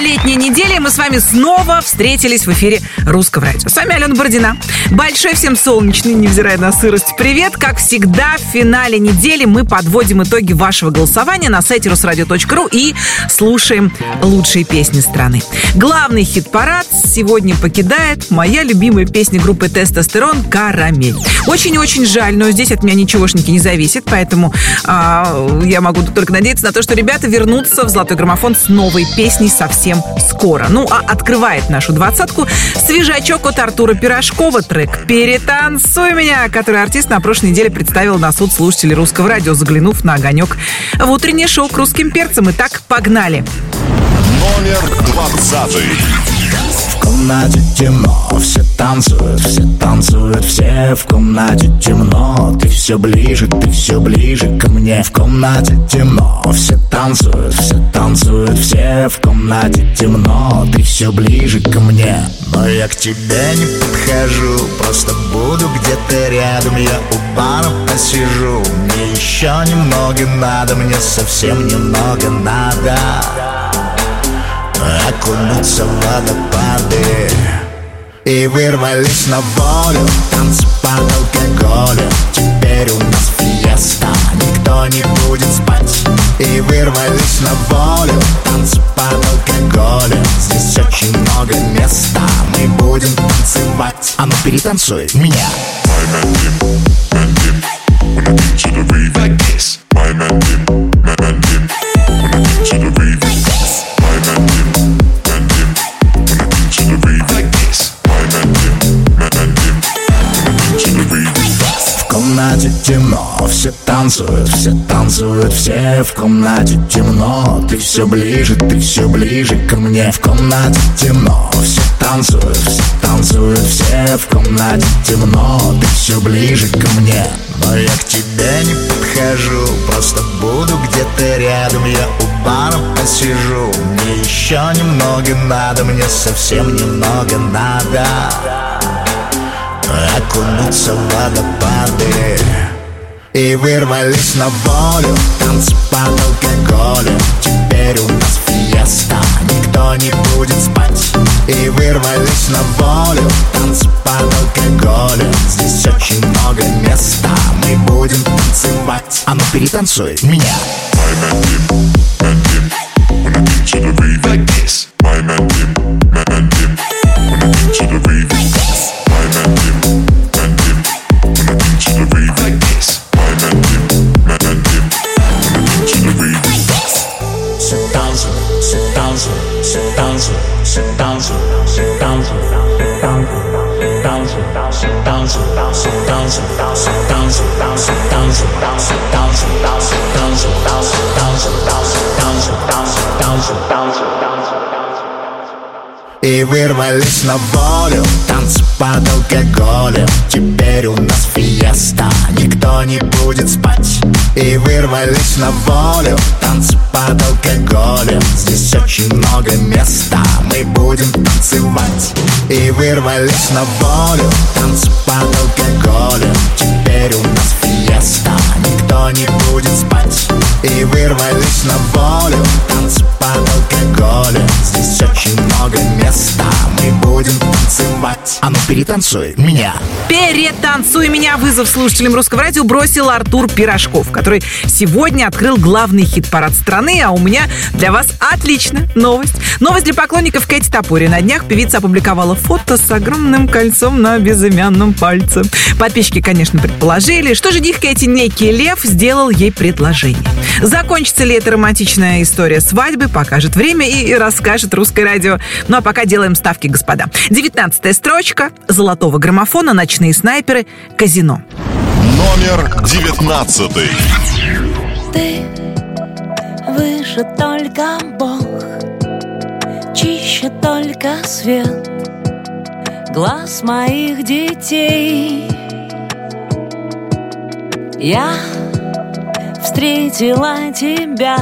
летняя неделя, и мы с вами снова встретились в эфире Русского радио. С вами Алена Бородина. Большой всем солнечный, невзирая на сырость, привет. Как всегда, в финале недели мы подводим итоги вашего голосования на сайте rusradio.ru и слушаем лучшие песни страны. Главный хит-парад сегодня покидает моя любимая песня группы «Тестостерон» «Карамель». Очень-очень жаль, но здесь от меня ничегошники не зависит, поэтому я могу только надеяться на то, что ребята вернутся в «Золотой граммофон» с новой песней совсем скоро. Ну, а открывает нашу двадцатку свежачок от Артура Пирожкова, трек «Перетанцуй меня», который артист на прошлой неделе представил на суд слушателей Русского радио, заглянув на огонек в утреннее шоу к русским перцам. Итак, погнали. Номер 20. В комнате темно, все танцуют, все в комнате темно. Ты все ближе ко мне. В комнате темно, все танцуют, все в комнате темно. Ты все ближе ко мне. Но я к тебе не подхожу, просто буду где-то рядом. Я у бара посижу, мне еще немного надо, мне совсем немного надо окунуться в водопады. И вырвались на волю, танцы под алкоголем. Теперь у нас фиеста, никто не будет спать. И вырвались на волю, танцы под алкоголем. Здесь очень много места, мы будем танцевать. А ну перетанцуй меня. В комнате темно, все танцуют, все в комнате темно. Ты все ближе ко мне. В комнате темно, все танцуют, все в комнате темно. Ты все ближе ко мне. Но я к тебе не подхожу, просто буду где-то рядом. Я у бара посижу, мне еще немного надо, мне совсем немного надо окунуться в водопады. И вырвались на волю, танцы под алкоголем. Теперь у нас фиеста, никто не будет спать. И вырвались на волю, танцы под алкоголем. Здесь очень много места, мы будем танцевать. А ну перетанцуй меня. И вырвались на волю, танцы под алкоголем. Теперь у нас фиеста, никто не будет спать. И вырвались на волю, танцы под алкоголем. Здесь очень много места, мы будем танцевать. И вырвались на волю, танцы под алкоголем. Теперь у нас фиеста, никто не будет спать. И вырвались на волю, танцы под алкоголем. Здесь очень много места, мы будем танцевать. А ну перетанцуй меня. «Перетанцуй меня» вызов слушателям Русского радио бросил Артур Пирожков, который сегодня открыл главный хит-парад страны. А у меня для вас отличная новость. Новость для поклонников Кэти Топури. На днях певица опубликовала фото с огромным кольцом на безымянном пальце. Подписчики, конечно, предположили, что жених Кэти, некий Лев, сделал ей предложение. Закончится ли эта романтичная история свадьбы, покажет время и расскажет Русское радио. Ну а пока делаем ставки, господа. 19-я строчка «Золотого граммофона», «Ночные снайперы», «Казино». Номер 19. Ты выше только Бог, чище только свет глаз моих детей. Я встретила тебя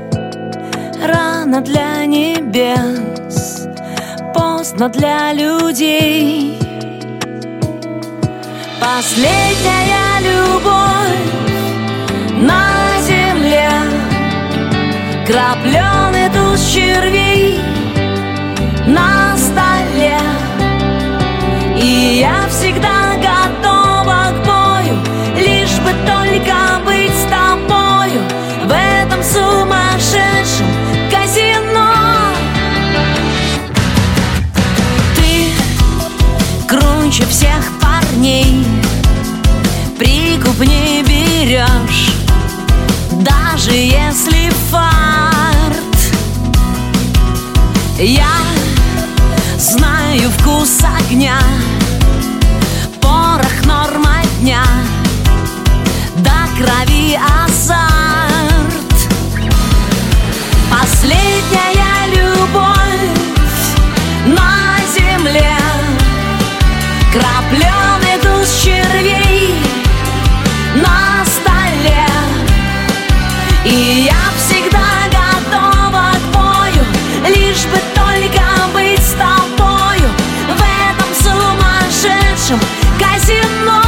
рано для небес, поздно для людей. Последняя любовь на земле, крапленый туз червей на столе. И я всегда готова к бою, лишь бы только быть с тобою в этом сумасшедшем казино. Ты круче всех парней, прикуп не берешь, даже если фарт. Я знаю вкус огня, порох норма дня, до крови азарт. Последняя любовь на земле, крапленый туз червей на столе. И я всегда готова к бою, лишь бы только быть с тобою в этом сумасшедшем казино.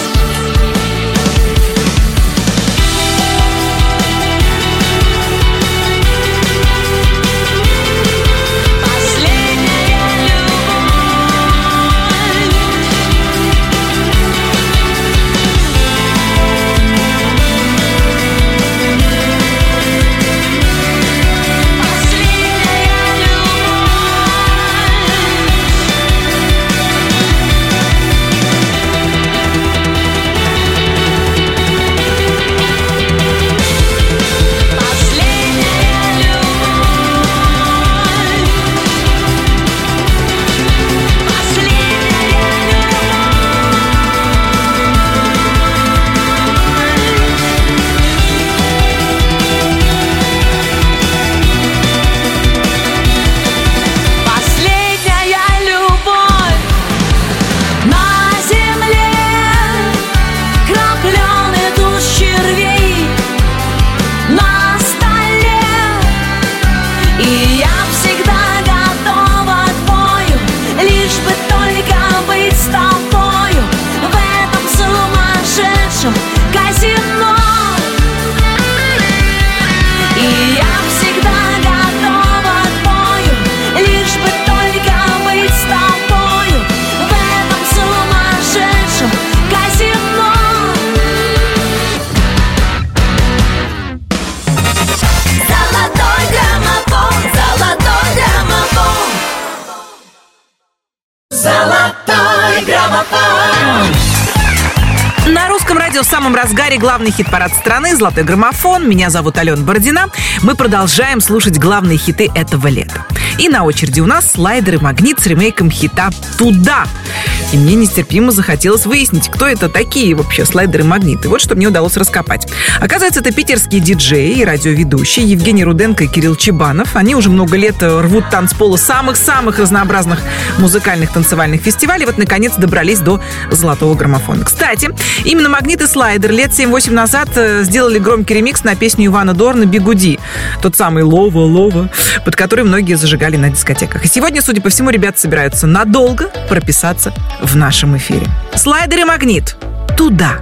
На Русском радио в самом разгаре главный хит-парад страны «Золотой граммофон». Меня зовут Алена Бородина. Мы продолжаем слушать главные хиты этого лета. И на очереди у нас «Слайдер» и «Магнит» с ремейком хита «Туда». И мне нестерпимо захотелось выяснить, кто это такие вообще «Слайдер» и «Магнит». И вот что мне удалось раскопать. Оказывается, это питерские диджеи и радиоведущие Евгений Руденко и Кирилл Чебанов. Они уже много лет рвут танцполы самых-самых разнообразных музыкальных танцевальных фестивалей. Вот, наконец, добрались до «Золотого граммофона». Кстати, именно «Магнит» и «Слайдер» лет 7-8 назад сделали громкий ремикс на песню Ивана Дорна «Бигуди». Тот самый «Лова-лова», под который многие зажигали на дискотеках. И сегодня, судя по всему, ребята собираются надолго прописаться в нашем эфире. «Слайдер» и «Магнит». Туда.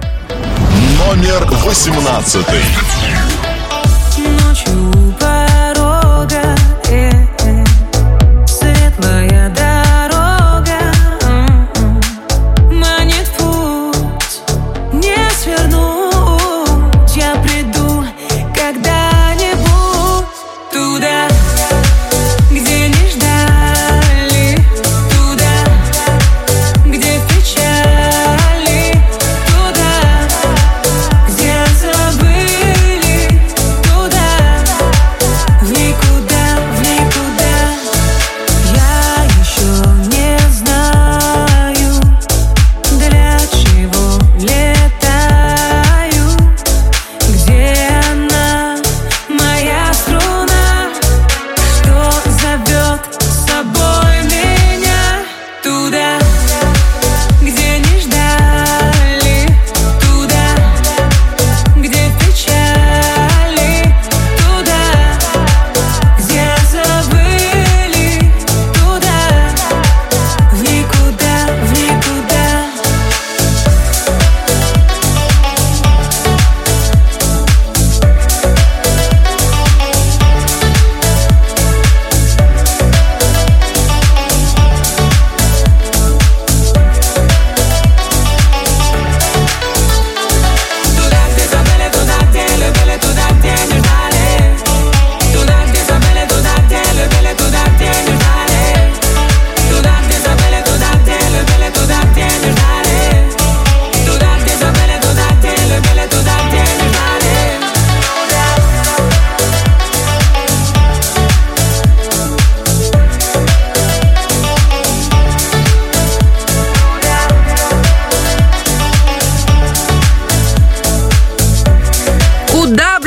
Номер 18. Ночью у порога, светлая дорога, манит путь, не свернуть. Я приду когда-нибудь туда, где не ждали, туда, где в печали, туда, где забыли.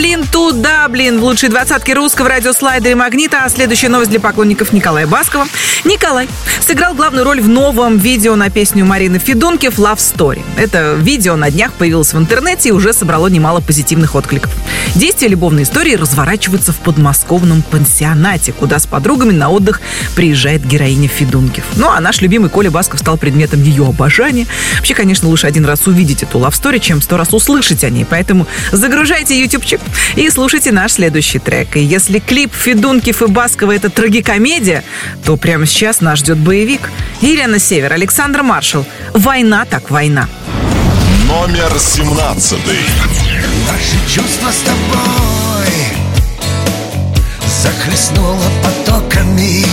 туда, блин, в лучшей двадцатке русского радиослайда и магнита. А следующая новость для поклонников Николая Баскова. Николай сыграл главную роль в новом видео на песню Марины Федункив «Love Story». Это видео на днях появилось в интернете и уже собрало немало позитивных откликов. Действие любовной истории разворачивается в подмосковном пансионате, куда с подругами на отдых приезжает героиня Федункив. Ну, а наш любимый Коля Басков стал предметом ее обожания. Вообще, конечно, лучше один раз увидеть эту Love Story, чем 100 раз услышать о ней. Поэтому загружайте ютубчик и слушайте наш следующий трек. И если клип Федункив и Баскова — это трагикомедия, то прямо сейчас нас ждет боевик. Елена Север, Александр Маршал. «Война так война». Номер 17. Наши чувства с тобой захлестнуло потоками.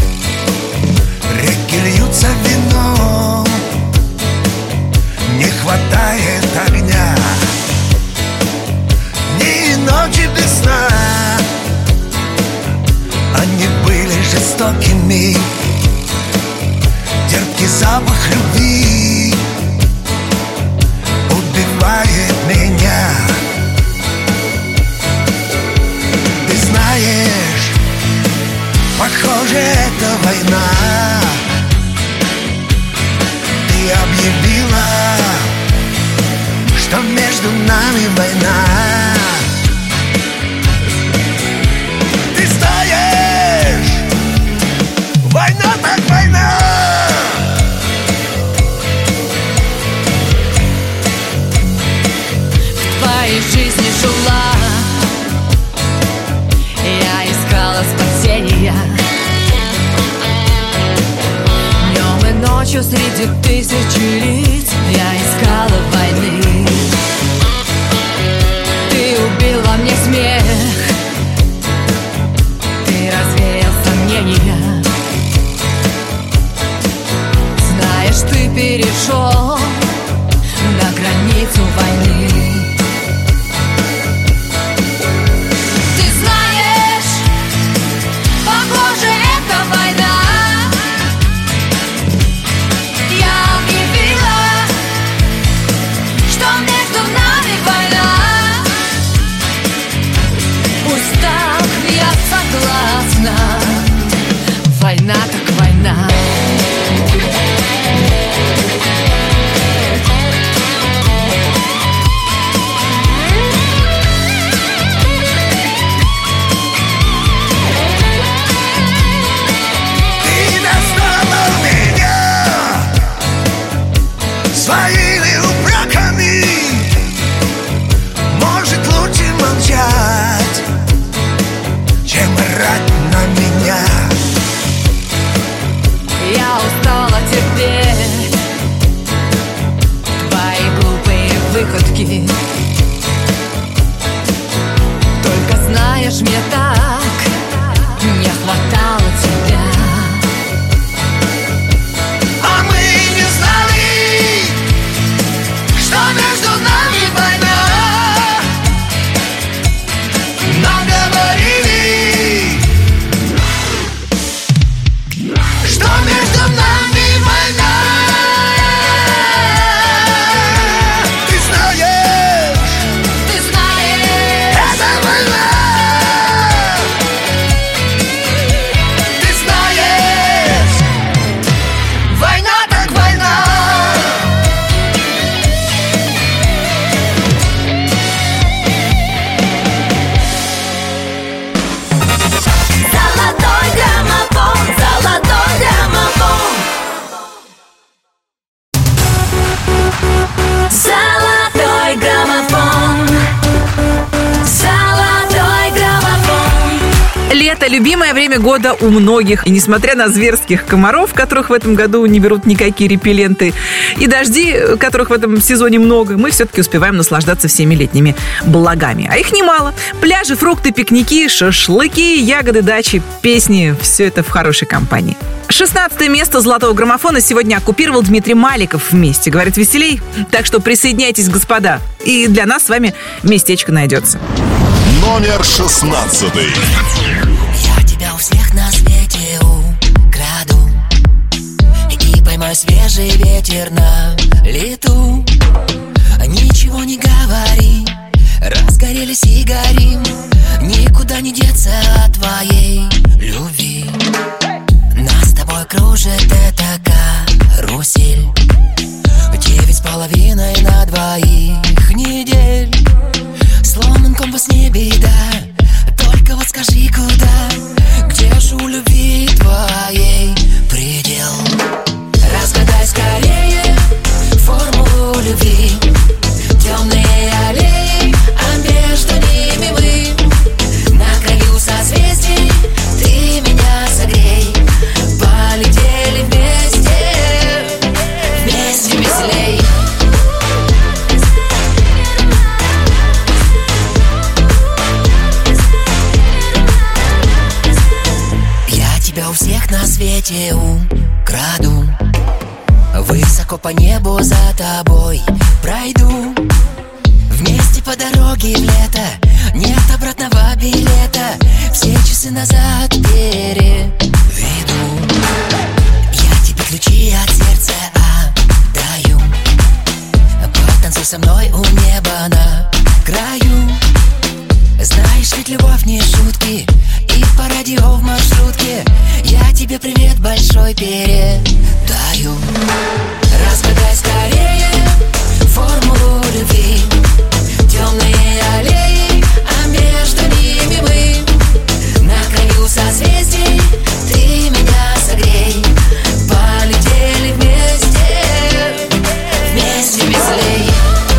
Реки льются вином, не хватает огня. Дни и ночи без сна, они были жестокими. Терпкий запах любви убивает меня. Ты знаешь, похоже, это война. Ты объявила, что между нами война. Ты знаешь, война так война. В твоей жизни жила, я искала спасения. Днем и ночью среди тысячи лиц я искала войны. Ты убил во мне смех, ты развеял сомнения. Знаешь, ты перешел на границу войны. Ты знаешь, похоже, это война. Я объявила, что между нами война. Пусть так, я согласна. Война так война. Своими упреками, может, лучше молчать, чем орать на меня. Я устала терпеть твои глупые выходки. Только знаешь, мне так не хватало тебя. А мы не знали, что между нами война. Нам говорили, что между нами война. Ты знаешь, это война. Ты знаешь, война так война. Золотой граммофон, золотой граммофон. Золотой граммофон. Золотой граммофон. Лето – любимое время года у многих. И несмотря на зверских комаров, которых в этом году не берут никакие репелленты, и дожди, которых в этом сезоне много, мы все-таки успеваем наслаждаться всеми летними благами. А их немало. Пляжи, фрукты, пикники, шашлыки, ягоды, дачи, песни – все это в хорошей компании. 16 место золотого граммофона сегодня оккупировал Дмитрий Маликов вместе. Говорит, веселей. Так что присоединяйтесь, господа. И для нас с вами местечко найдется. Номер 16. Я тебя у всех на свете украду и поймаю свежий ветер на лету. Ничего не говори, разгорелись и гори. свете украду. Высоко по небу за тобой пройду. Вместе по дороге в лето, нет обратного билета. Все часы назад переведу. Я тебе ключи от сердца отдаю. Потанцуй со мной у неба на краю. Знаешь, ведь любовь не шутки. И по радио в маршрутке я тебе привет большой передаю. Разгадай скорее формулу любви. Темные аллеи, а между ними мы. На краю созвездий ты меня согрей. Полетели вместе, вместе веселей.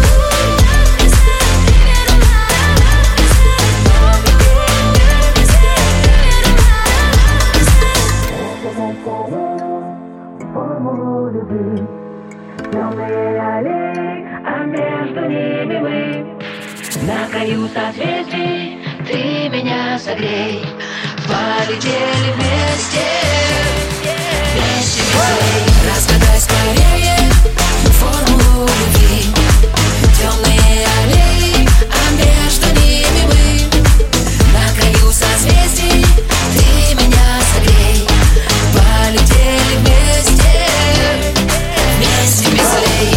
На краю созвездий ты меня согрей. Полетели вместе, вместе веселей. Разгадай скорее формулу любви. Темные аллеи, а между ними мы. На краю созвездий ты меня согрей. Полетели вместе, вместе веселей.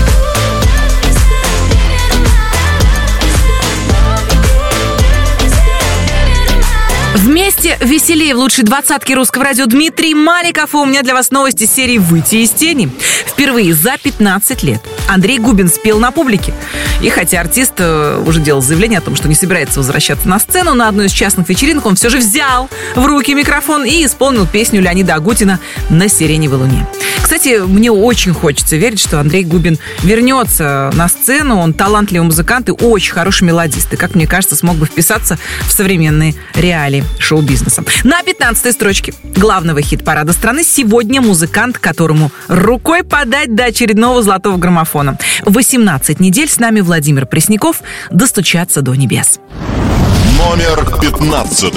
Вместе веселее в лучшей двадцатке русского радио Дмитрий Маликов. И у меня для вас новости серии «Выйти из тени». Впервые за 15 лет Андрей Губин спел на публике. И хотя артист уже делал заявление о том, что не собирается возвращаться на сцену, на одной из частных вечеринок он все же взял в руки микрофон и исполнил песню Леонида Агутина «На сиреневой луне». Кстати, мне очень хочется верить, что Андрей Губин вернется на сцену. Он талантливый музыкант и очень хороший мелодист. И, как мне кажется, смог бы вписаться в современные реалии шоу-бизнеса. На 15-й строчке главного хит-парада страны сегодня музыкант, которому рукой подать до очередного золотого граммофона. 18 недель с нами Владимир Пресняков «Достучаться до небес». Номер 15.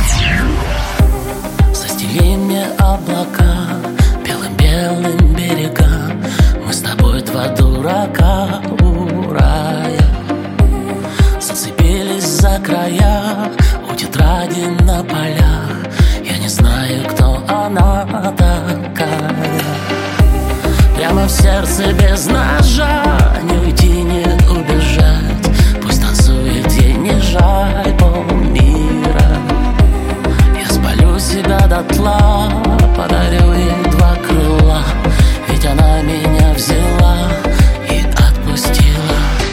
Застели мне облака белым берега. Мы с тобой два дурака у рая. Зацепились за края у тетради на полях. Я не знаю, кто она такая. Прямо в сердце без ножа. Не уйти, не убежать. Пусть танцует день, не жаль полмира. Я спалю себя дотла. Подарю ей два крыла. Ведь она меня взяла и отпустила.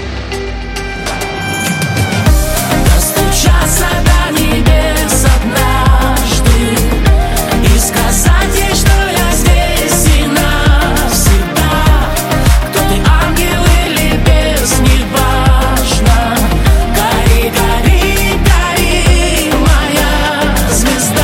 Достучаться до небес однажды и сказать ей, что я здесь и навсегда. Кто ты, ангел или бес, не важно. Гори, гори, гори, моя звезда.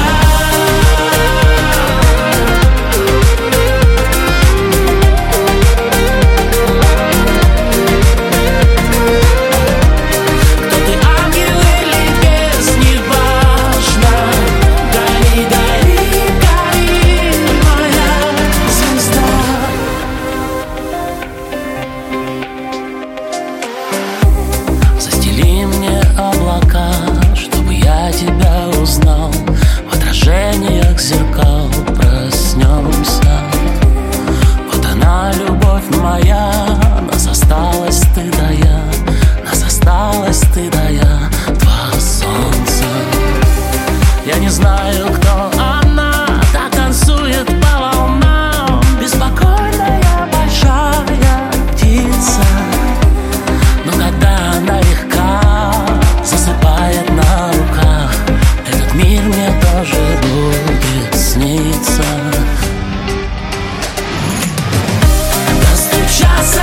Зеркал проснемся. Вот она, любовь моя. Нас осталось ты да я. Нас осталось ты да я. Два солнца. Я не знаю, кто она. Так танцует по волнам. Беспокойная большая птица. Но когда она легка, засыпает на руках, этот мир мне тоже будет снится. Достучаться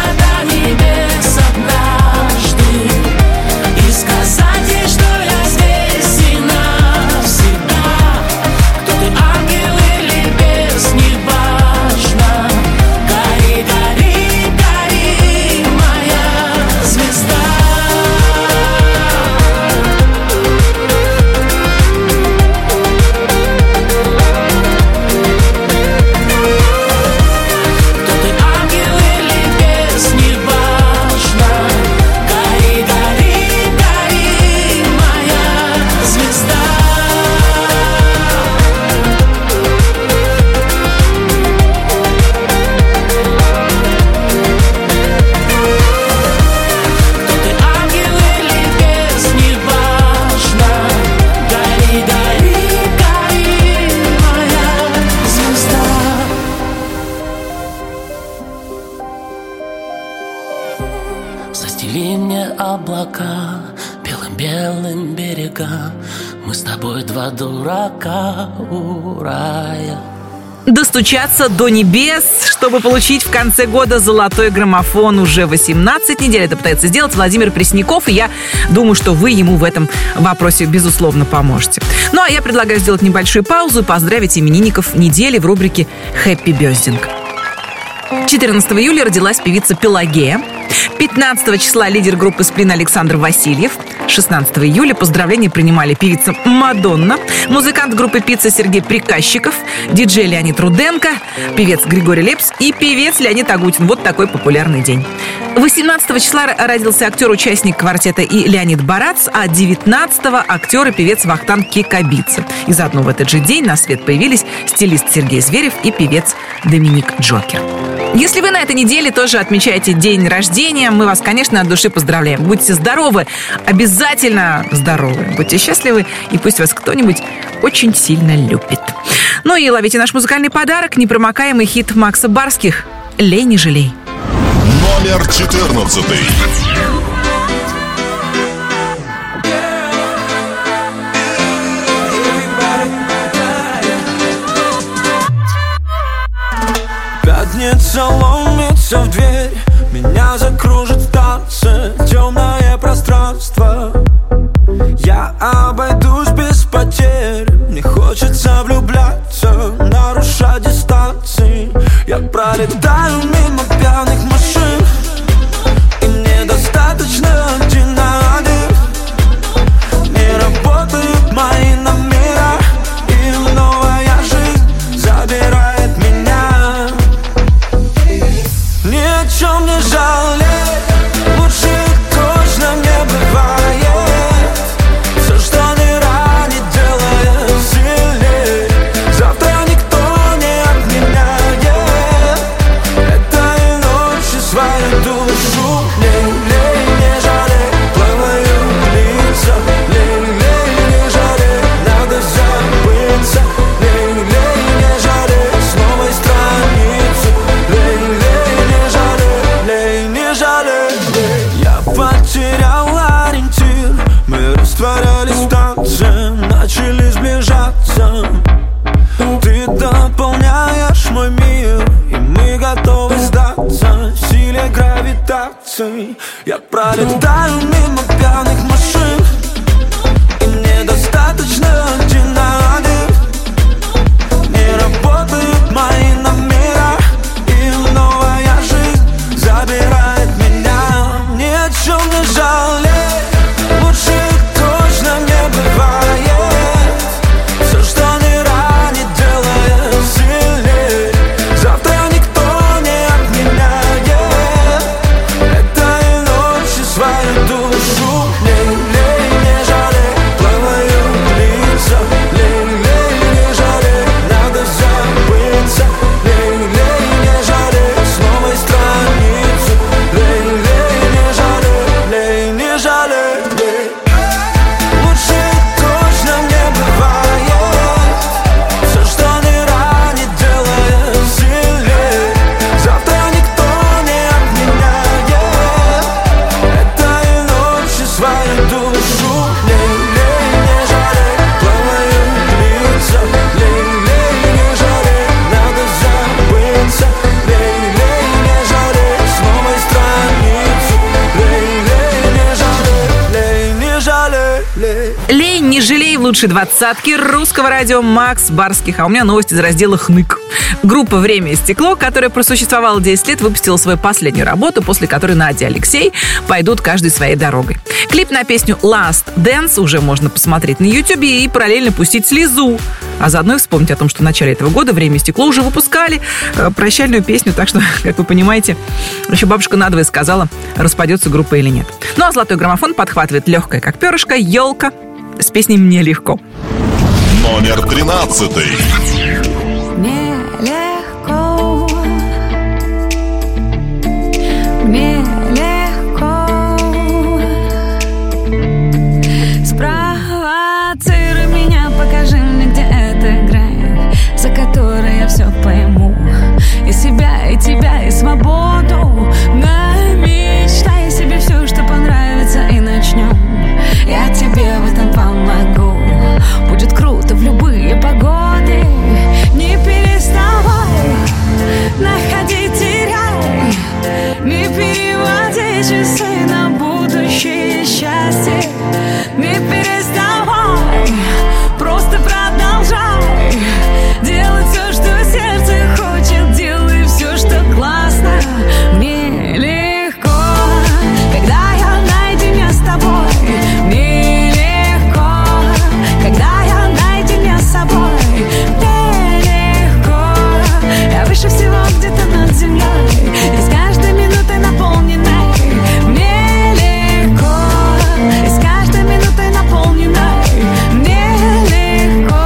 застели мне облака белым-белым берега. Мы с тобой два дурака у рая. Достучаться до небес, чтобы получить в конце года золотой граммофон. Уже 18 недель это пытается сделать Владимир Пресняков, и я думаю, что вы ему в этом вопросе, безусловно, поможете. Ну, а я предлагаю сделать небольшую паузу и поздравить именинников недели в рубрике «Хэппи Бёздинг». 14 июля родилась певица Пелагея. 15 числа лидер группы «Сплин» Александр Васильев. 16 июля поздравления принимали певица Мадонна, музыкант группы «Пицца» Сергей Приказчиков, диджей Леонид Руденко, певец Григорий Лепс и певец Леонид Агутин. Вот такой популярный день. 18 числа родился актер-участник квартета и Леонид Барац, а 19-го актер и певец Вахтанг Кикабидзе. И заодно в этот же день на свет появились стилист Сергей Зверев и певец Доминик Джокер. Если вы на этой неделе тоже отмечаете день рождения, мы вас, конечно, от души поздравляем. Будьте здоровы, обязательно здоровы, будьте счастливы, и пусть вас кто-нибудь очень сильно любит. Ну и ловите наш музыкальный подарок, непромокаемый хит Макса Барских «Лей, не жалей». Номер 14. Пятница ломится в дверь, меня закружит в танце темное пространство. Я обойдусь без потерь, мне хочется влюбляться, нарушать дистанции. Я пролетаю мимо пьяных машин, и мне достаточно один на один. Не работают мои номера, и новая жизнь забирает меня. Ни о чем не жалей, лучше точно не бывает. Все, что не ранит, делает сильней. Завтра никто не отменяет этой ночи свою душу. Лей, лей, не жалей, плавают лица. Лей, лей, не жалей, надо забыться. Лей, лей, не жалей, с новой страницы. Лей, лей, не жалей, лей, не жалей. Я потерял ориентир, мы растворялись в танце, начали сближаться. Ты дополняешь мой мир, и мы готовы сдаться силе гравитации. Я пролетаю мимо пьяных машин, и мне достаточно один на один. Не работают мои номера, и новая жизнь забирает меня. Ни о чем не жалей, лучше точно не бывает. Все, что не ранит, делает сильней. Завтра никто не отменяет этой ночи свою душу. Лей, лей, не жалей, плавают лица. Лей, лей, не жалей, надо забыться. Лей, лей, не жалей, с новой страницы. Лей, лей, не жалей, лей, не жалей, лей. Лучше точно не бывает. Все, что не ранит, делает сильней. Завтра никто не отменяет этой ночи свою душу. Лей, лей, не жалей, плавают лица. Лей, лей, не жалей, надо забыться. Лей, лей, не жалей, с новой страницы. Лей, лей, не жалей, лей, не жалей, лей. «Лей, не жалей» в лучшей двадцатке русского радио Макс Барских. А у меня новость из раздела «Хнык». Группа «Время и стекло», которая просуществовала 10 лет, выпустила свою последнюю работу, после которой Надя и Алексей пойдут каждой своей дорогой. Клип на песню «Last Dance» уже можно посмотреть на Ютубе и параллельно пустить слезу. А заодно и вспомнить о том, что в начале этого года «Время и стекло» уже выпускали прощальную песню. Так что, как вы понимаете, еще бабушка надвое сказала, распадется группа или нет. Ну а золотой граммофон подхватывает легкая, как перышко, «Елка» с песней «Мне легко». Номер 13. Мне легко, мне легко. Спровоцируй меня, покажи мне, где эта грань, за которой я все пойму. И себя, и тебя, и свободу. Намечтай себе все часы на будущее счастье. Не переставай, просто продолжай делать все, что сердце хочет. Делай все, что классно. Мне легко, когда я наедине с тобой. Мне легко, когда я наедине с собой. Мне легко, я выше всего где-то над землей, и с каждой минутой наполненной. Мне легко, и с каждой минутой наполненной. Мне легко.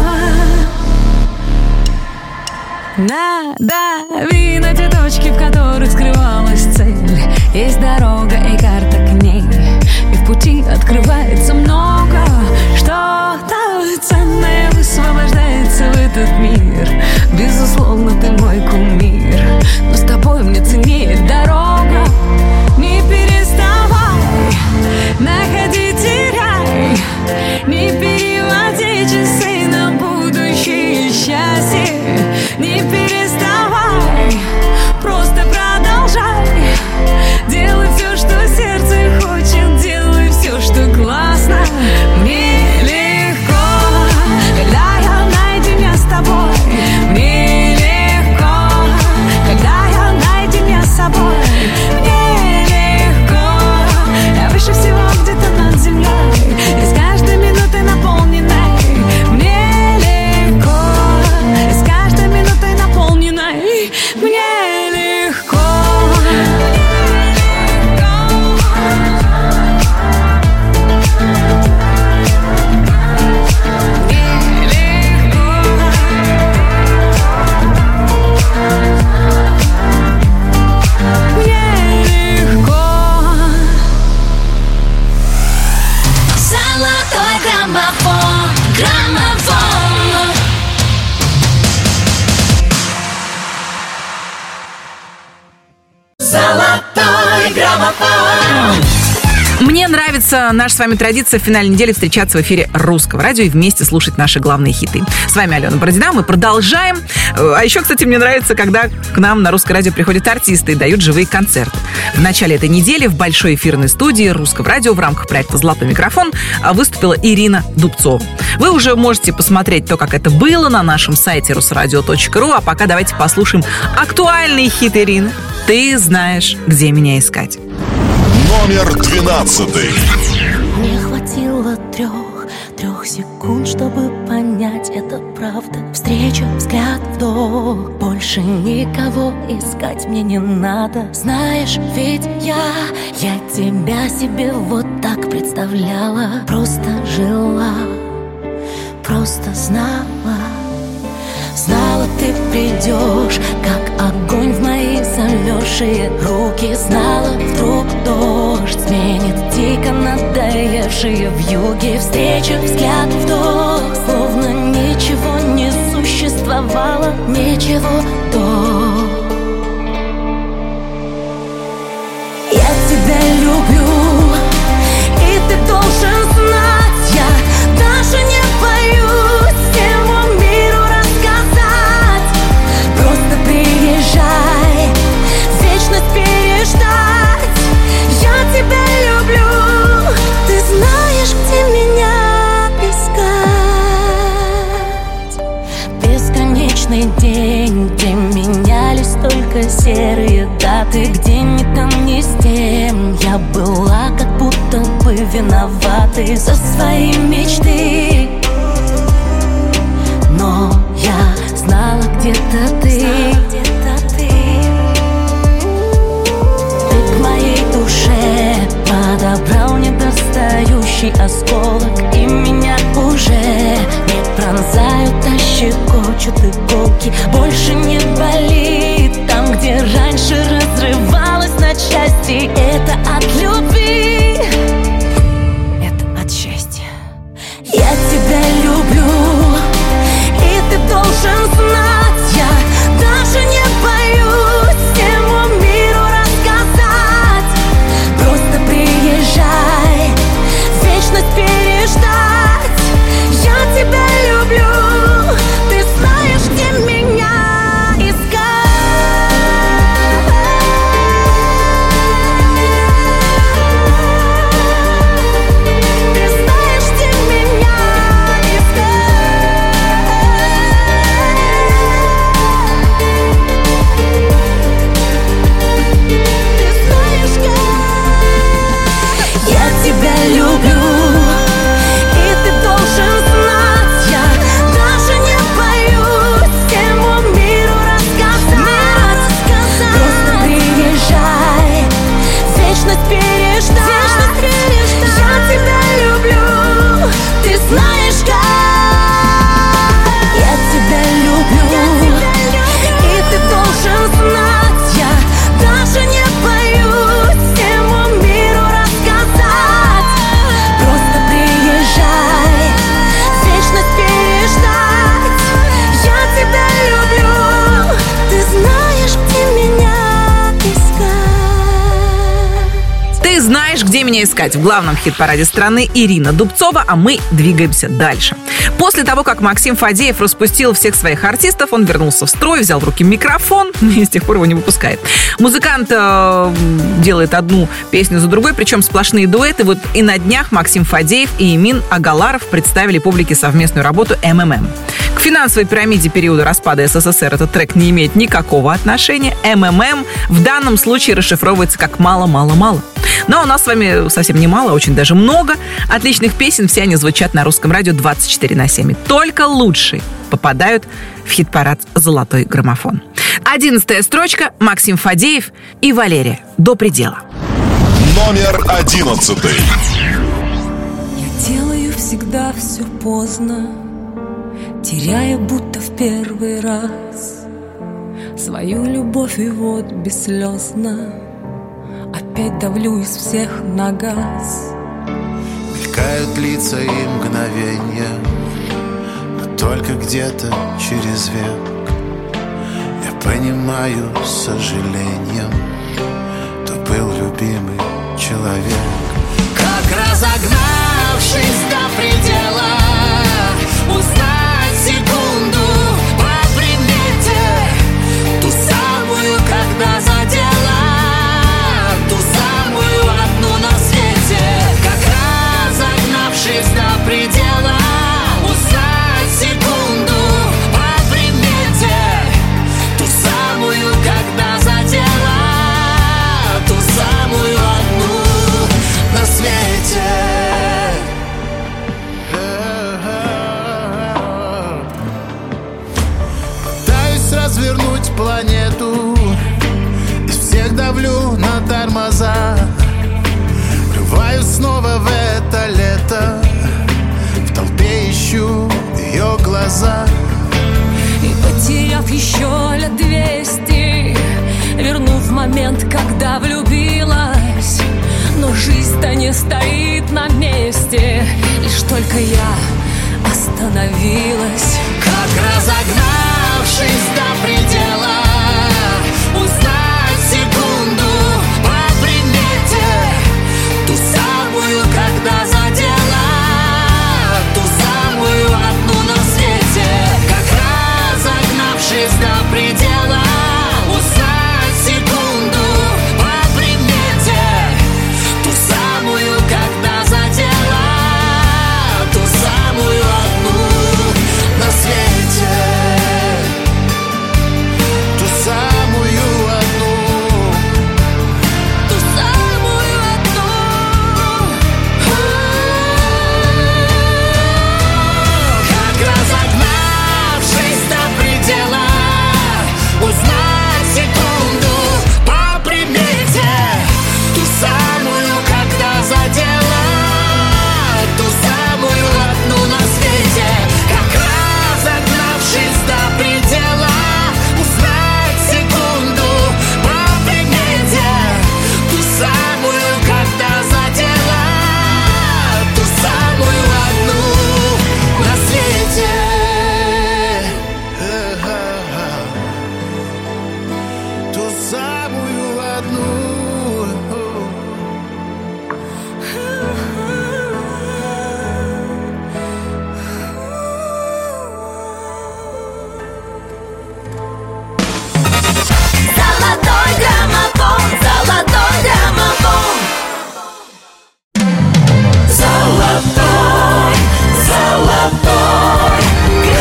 Надави на те точки, в которых скрывалась цель. Есть дорога и карта к ней, и в пути открывается много. Что-то ценное высвобождается в этот мир. Безусловно, ты мой кумир, но с тобой мне ценнее дорога. Не переставай, находи, теряй. Не переводи часы на будущее счастье. Не переставай, просто продолжай делай все, что сердце хочет. Делай все, что классно. Мне легко, когда я наедине с тобой. Мне легко, когда я наедине с собой. Мне легко, я выше всего где-то над землей, и с каждой минутой наполненной. Мне легко, и с каждой минутой наполненной. Мне легко. Золотой граммофон, граммофон. Золотой граммофон. Мне нравится наша с вами традиция в финале недели встречаться в эфире Русского радио и вместе слушать наши главные хиты. С вами Алена Бородина, мы продолжаем. А еще, кстати, мне нравится, когда к нам на Русское радио приходят артисты и дают живые концерты. В начале этой недели в большой эфирной студии Русского радио в рамках проекта «Золотой микрофон» выступила Ирина Дубцова. Вы уже можете посмотреть то, как это было, на нашем сайте rusradio.ru. А пока давайте послушаем актуальный хит Ирины «Ты знаешь, где меня искать». Номер 12. Мне хватило трех секунд, чтобы понять, это правда. Встреча, взгляд, вдох. Больше никого искать мне не надо. Знаешь, ведь я тебя себе вот так представляла. Просто жила, просто знала. Знала, ты придешь, как огонь в мои замерзшие руки. Знала, вдруг дождь сменит дико надоевшие вьюги. Встреча, взгляд, вдох, словно ничего не существовало, ничего до. Я тебя люблю, и ты должен знать, я даже не боюсь всему миру рассказать. Просто приезжай, вечность переждать. Я тебя люблю, ты знаешь, где меня искать. Бесконечный день, где менялись только серые даты, где ни там, ни с тем я была как будто бы виноватой за свои мечты. Но я знала, где-то ты. Ты к моей душе подобрал недостающий осколок, и меня уже не пронзают, а щекочут иголки. Больше не болит там, где раньше разрывалась на части. Это от любви, это от счастья. Я тебя люблю, и ты должен знать, я даже не боюсь всему миру рассказать. Просто приезжай, вечность переждать. Я тебя люблю, ты знаешь, где меня искать. знаешь, где меня искать» в главном хит-параде страны Ирина Дубцова, а мы двигаемся дальше. После того, как Максим Фадеев распустил всех своих артистов, он вернулся в строй, взял в руки микрофон и с тех пор его не выпускает. Музыкант делает одну песню за другой, причем сплошные дуэты. Вот и на днях Максим Фадеев и Эмин Агаларов представили публике совместную работу «МММ». К финансовой пирамиде периода распада СССР этот трек не имеет никакого отношения. МММ в данном случае расшифровывается как «мало-мало-мало». Но у нас с вами совсем немало, очень даже много отличных песен. Все они звучат на русском радио 24/7. Только лучшие попадают в хит-парад «Золотой граммофон». 11-я строчка. Максим Фадеев и Валерия. «До предела». Номер 11. Я делаю всегда все поздно, теряя будто в первый раз свою любовь, и вот бесслезно опять давлю из всех на газ. Мелькают лица и мгновения, но только где-то через век я понимаю с сожалением, кто был любимый человек. Как разогнавшись до предела, узнать секунду по примете, ту самую, когда задела, ту самую одну на свете. Как разогнавшись до предела, узнать секунду по примете, ту самую, когда задела, ту самую одну на свете. Пытаюсь развернуть планету, из всех давлю на тормоза. Врываюсь снова в это лето, в толпе ищу ее глаза. И потеряв еще лет 200, вернув момент, когда влюбилась, но жизнь-то не стоит на месте, лишь только я остановилась. Как разогнавшись до предела, узнать секунду по примете, ту самую, когда задела, ту самую одну на свете. Как разогнавшись до предела, узнать секунду по примете, ту самую, когда задела, ту самую одну на свете. Ту самую одну, Ту самую одну. Как разогнавшись до предела, узнать секунду по примете, ту самую, когда задела, ту самую одну на свете. Как разогнавшись до предела, узнать секунду по примете, ту самую, когда задела, ту самую одну на свете. ту самую одну. Золотой граммофон, золотой граммофон. Золотой, золотой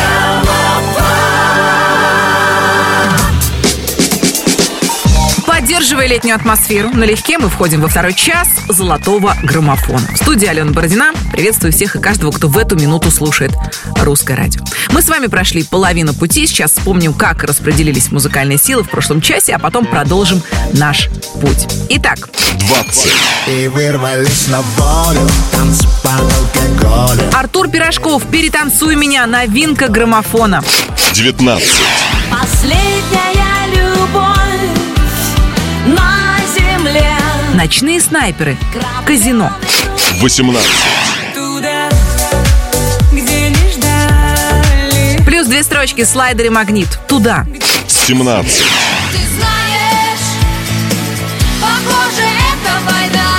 граммофон. Поддерживая летнюю атмосферу, налегке мы входим во второй час «Золотого граммофона». В студии Алена Бородина. Приветствую всех и каждого, кто в эту минуту слушает русское радио. Мы с вами прошли половину пути. Сейчас вспомним, как распределились музыкальные силы в прошлом часе, а потом продолжим наш путь. Итак, 20. И вырвались на волю, танцы под алкоголем. Артур Пирожков «Перетанцуй меня», новинка граммофона. 19. Последняя любовь на земле. Ночные снайперы, «Казино». 18. Туда, где не ждали. Плюс 2 строчки, слайдер и магнит, «Туда». 17. Ты знаешь, похоже, это война.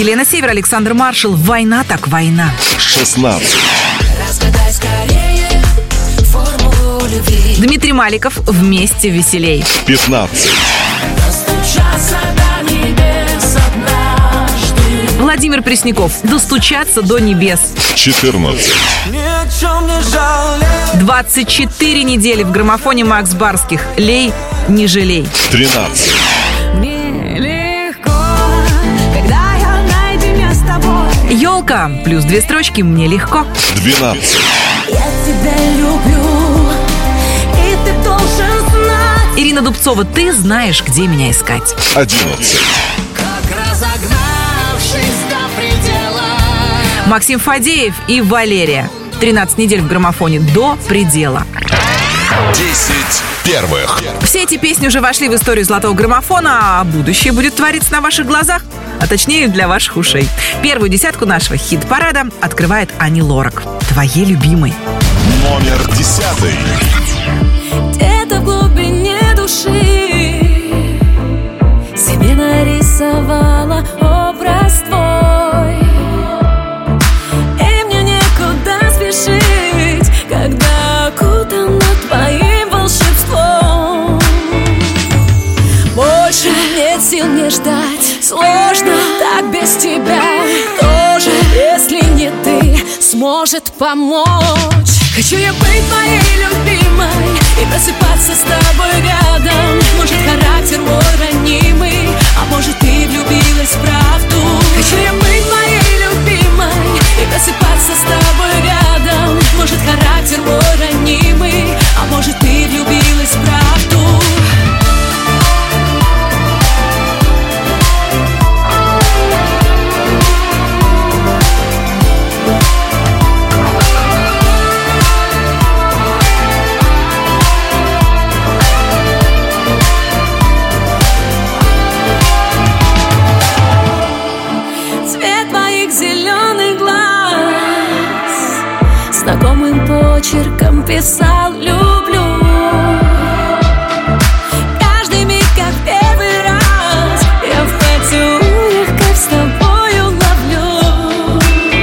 Елена Север, Александр Маршал. Война так война. 16. Разгадай скорее формулу любви. Дмитрий Маликов. Вместе веселей. 15. Достучаться до небес однажды. Владимир Пресняков. Достучаться до небес. 14. Ни о чем не жалей. 24 недели в граммофоне Макс Барских. Лей, не жалей. 13. Мне легко, когда я наедине с тобой. Елка. Плюс 2 строчки. Мне легко. 12. Я тебя люблю, и ты должен знать. Ирина Дубцова. Ты знаешь, где меня искать. 11. Как разогнавшись до предела. Максим Фадеев и Валерия. 13 недель в граммофоне до предела. 10 первых. Все эти песни уже вошли в историю золотого граммофона, а будущее будет твориться на ваших глазах, а точнее для ваших ушей. Первую десятку нашего хит-парада открывает Ани Лорак. Твоей любимой. Номер 10. Где-то в глубине души себе нарисовала образ твой. И мне некуда спешить, когда окутана твоим волшебством. Больше нет сил не ждать, сложно так без тебя. Тоже, если не ты, сможет помочь. Хочу я быть твоей любимой и просыпаться с тобой рядом. Может, характер мой ранимый, а может, ты влюбилась в правду. Хочу я быть твоей любимой и просыпаться с тобой рядом. Может, характер мой ранимый, а может, ты влюбилась в правду. Знакомым почерком писал «люблю». Каждый миг как первый раз я в поцелуях как с тобою ловлю.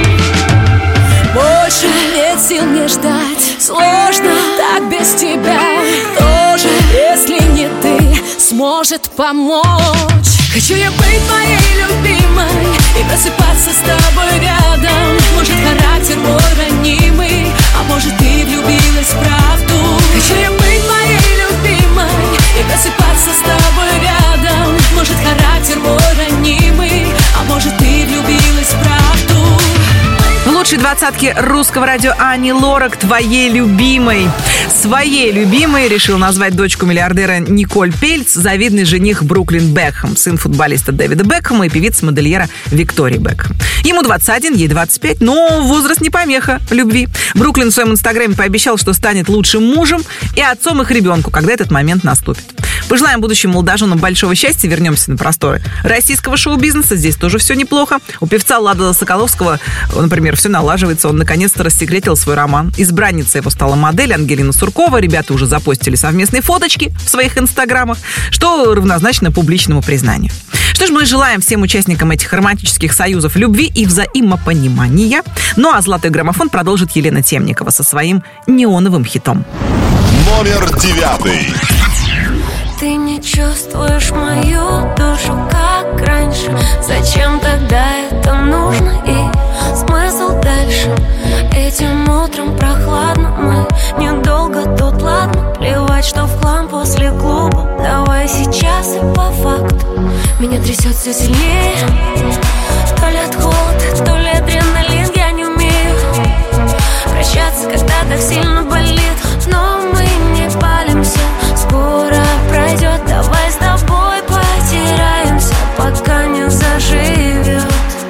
Больше нет сил не ждать, сложно так без тебя. Тоже, если не ты, сможет помочь. Хочу я быть твоей любимой и просыпаться с тобой рядом. Может, характер мой ранимый, а может, ты влюбилась в правду. Хочу я быть твоей любимой и просыпаться с тобой рядом. Может, характер мой ранимый, а может, ты влюбилась в правду. В лучшей двадцатке русского радио Ани Лорак «Твоей любимой». Своей любимой решил назвать дочку миллиардера Николь Пельц, завидный жених Бруклин Бекхэм, сын футболиста Дэвида Бекхэма и певицы-модельера Виктории Бекхэм. Ему 21, ей 25, но возраст не помеха любви. Бруклин в своем инстаграме пообещал, что станет лучшим мужем и отцом их ребенку, когда этот момент наступит. Пожелаем будущим молодоженам большого счастья. Вернемся на просторы российского шоу-бизнеса. Здесь тоже все неплохо. У певца Лада Соколовского, например, все налаживается. Он наконец-то рассекретил свой роман. Избранницей его стала модель Ангелина Суркова. Ребята уже запостили совместные фоточки в своих инстаграмах, что равнозначно публичному признанию. Что ж, мы желаем всем участникам этих романтических союзов любви и взаимопонимания. Ну а «Золотой граммофон» продолжит Елена Темникова со своим неоновым хитом. Номер 9. Ты не чувствуешь мою душу, как раньше. Зачем тогда это нужно и смысл дальше? Этим утром прохладно, мы недолго тут, ладно. Плевать, что в хлам после клуба. Давай сейчас и по факту. Меня трясет все сильнее. То ли от холода, то ли адреналин. Я не умею прощаться, когда так сильно болит. Но мы не палимся, скоро пройдет. Давай с тобой потираемся, пока не заживет.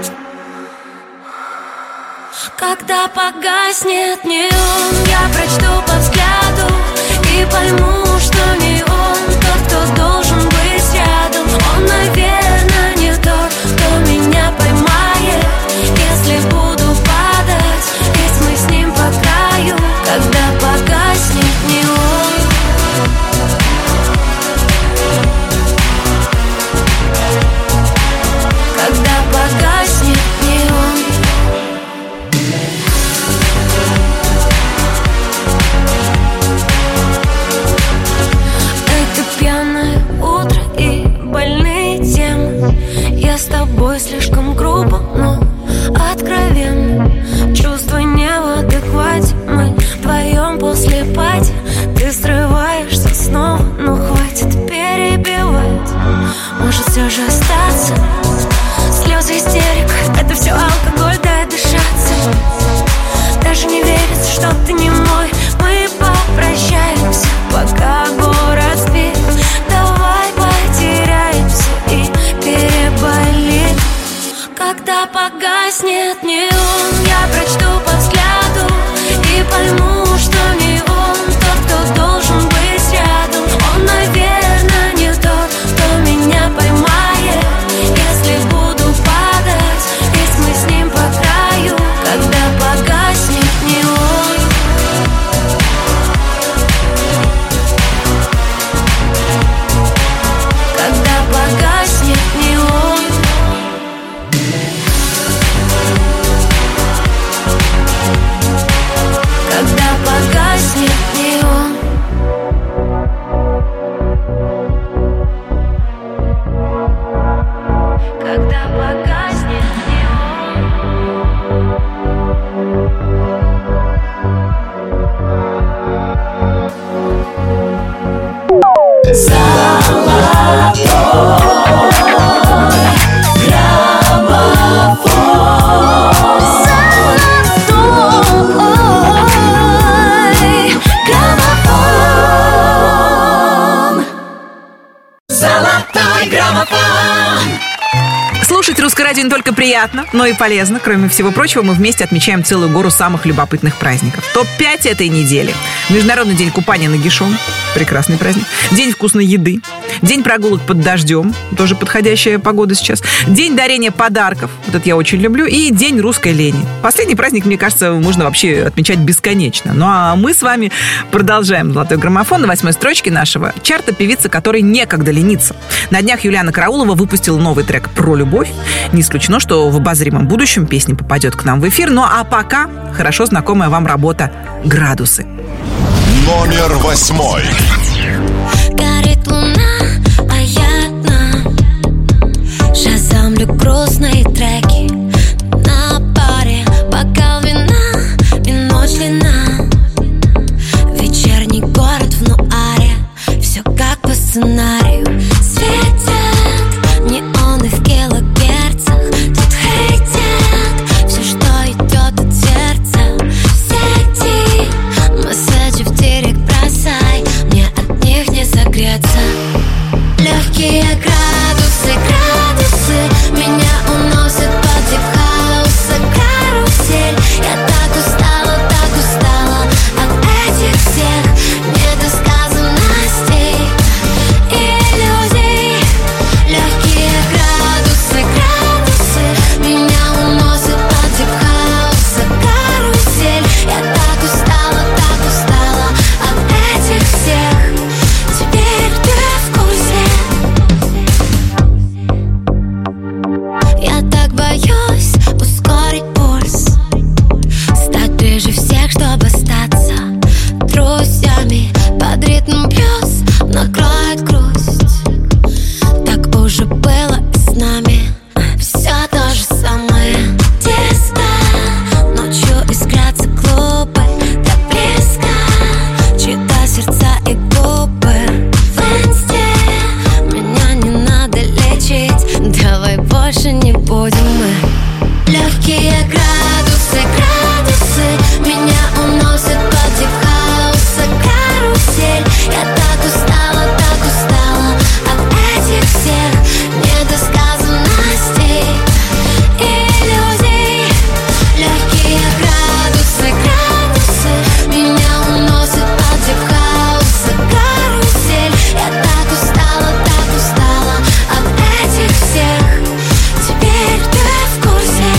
Когда погаснет неон, я прочту по взгляду и пойму, что не он тот, кто должен быть рядом. Он, наверное, не тот, кто меня поймает, если буду падать, ведь мы с ним по краю. Когда погаснет неон, когда погаснет с тобой слишком грубо, но откровенно. Чувства не в адеквате, мы вдвоем после пати. Ты срываешься снова, но хватит перебивать. Может все же остаться? Слезы, истерика, это все алкоголь, дай дышаться. Даже не верится, что ты не мой. Мы попрощаемся, пока город спит. Давай потеряемся и переболим. Когда погаснет неон, я прочту по взгляду и пойму, что не он тот, кто должен быть рядом. Он, наверное, не тот, кто меня поймает, если буду падать, ведь мы с ним по краю. Когда погаснет неон, когда погаснет неон, когда погаснет неон, когда погаснет Слушать Русское радио не только приятно, но и полезно. Кроме всего прочего, мы вместе отмечаем целую гору самых любопытных праздников. Топ-5 этой недели. Международный день купания нагишом. Прекрасный праздник. День вкусной еды. День прогулок под дождем. Тоже подходящая погода сейчас. День дарения подарков. Вот это я очень люблю. И день русской лени. Последний праздник, мне кажется, можно вообще отмечать бесконечно. Ну а мы с вами продолжаем «Золотой граммофон» на 8-й строчке нашего чарта певица, которой некогда лениться. На днях Юлиана Караулова выпустила новый трек про любовь. Не исключено, что в обозримом будущем песня попадет к нам в эфир. Ну а пока хорошо знакомая вам работа «Градусы». Номер 8. Горит луна, а я одна. Шазамлю грустные треки на паре. Бокал вина и ночь длина. Вечерний город в нуаре. Все как по сценарию. Светят неоны в килогерцах. Тут хейтят все, что идет от сердца. В сети месседжи в директ бросай. Мне от них не согреться. Легкие градусы, градусы меня уносят под дип-хауса. Карусель, я так устала от этих всех недосказанностей, иллюзий. Легкие градусы, градусы меня уносят под дип-хауса. Карусель, я так устала от этих всех. Теперь ты в курсе. Я так боюсь ускорить пульс, стать ближе всех, чтобы остаться друзьями. Под ритм плюс накроет грусть. Так уже было и с нами. Все то же самое. Диско, ночью искрятся клубы. Так близко, чьи-то сердца и губы. В инсте меня не надо лечить. Давай больше не будем мы. Легкие градусы, градусы меня уносят под дип-хауса. Карусель, я так устала от этих всех недосказанностей, иллюзий. Легкие градусы, градусы меня уносят под дип-хауса. Карусель, я так устала от этих всех. Теперь ты в курсе.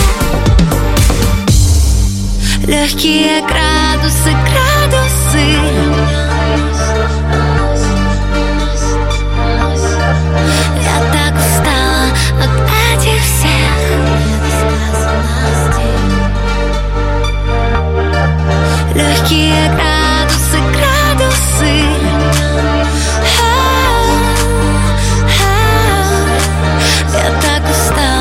Легкие градусы, градусы. Я так устала от этих всех. Легкие градусы, градусы. Я так устала.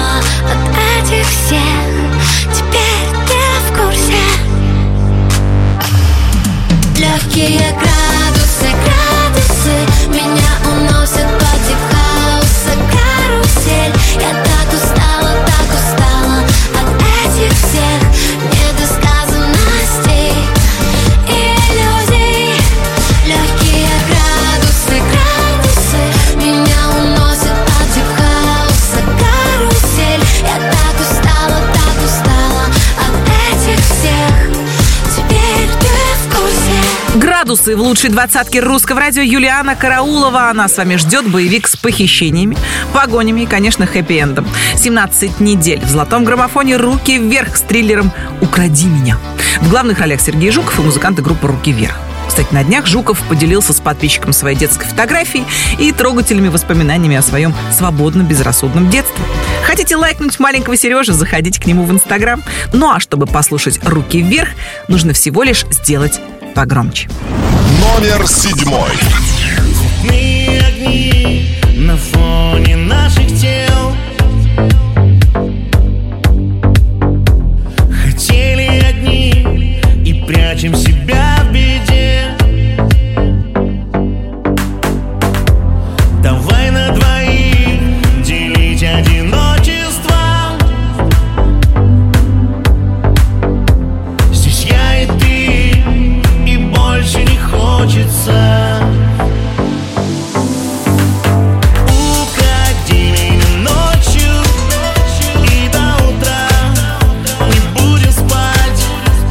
Легкие градусы, градусы меня уносят по дип-хауса карусель. Я так устала от этих всех недосказанностей и иллюзий. Легкие градусы, градусы меня уносят по дип-хауса карусель. Я так устала от этих всех. Теперь ты в курсе. Градусы в лучшей двадцатке русского радио. Юлиана Караулова. Она с вами ждет боевик с похищениями, погонями и, конечно, хэппи-эндом. 17 недель в золотом граммофоне «Руки вверх» с триллером «Укради меня». В главных ролях Сергей Жуков и музыканты группы «Руки вверх». Кстати, на днях Жуков поделился с подписчиком своей детской фотографией и трогательными воспоминаниями о своем свободном, безрассудном детстве. Хотите лайкнуть маленького Сережу? Заходите к нему в Инстаграм. Ну а чтобы послушать «Руки вверх», нужно всего лишь сделать погромче. Номер 7. Цветные огни на фоне наших тел. Хотели одни и прячем себя в беде. Давай на двоих делить одиночество. Здесь я и ты, и больше не хочется. Укради меня ночью и до утра. Не будем спать.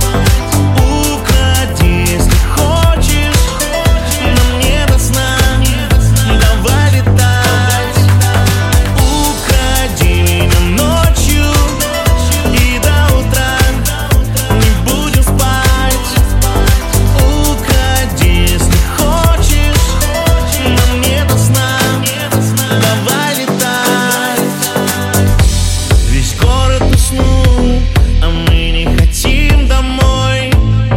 Укради, если хочешь, но мне до сна. Давай летать. Укради меня ночью и до утра. Не будем спать. Укради, если хочешь, но мне до сна. Давай летать. Весь город уснул, а мы не хотим домой.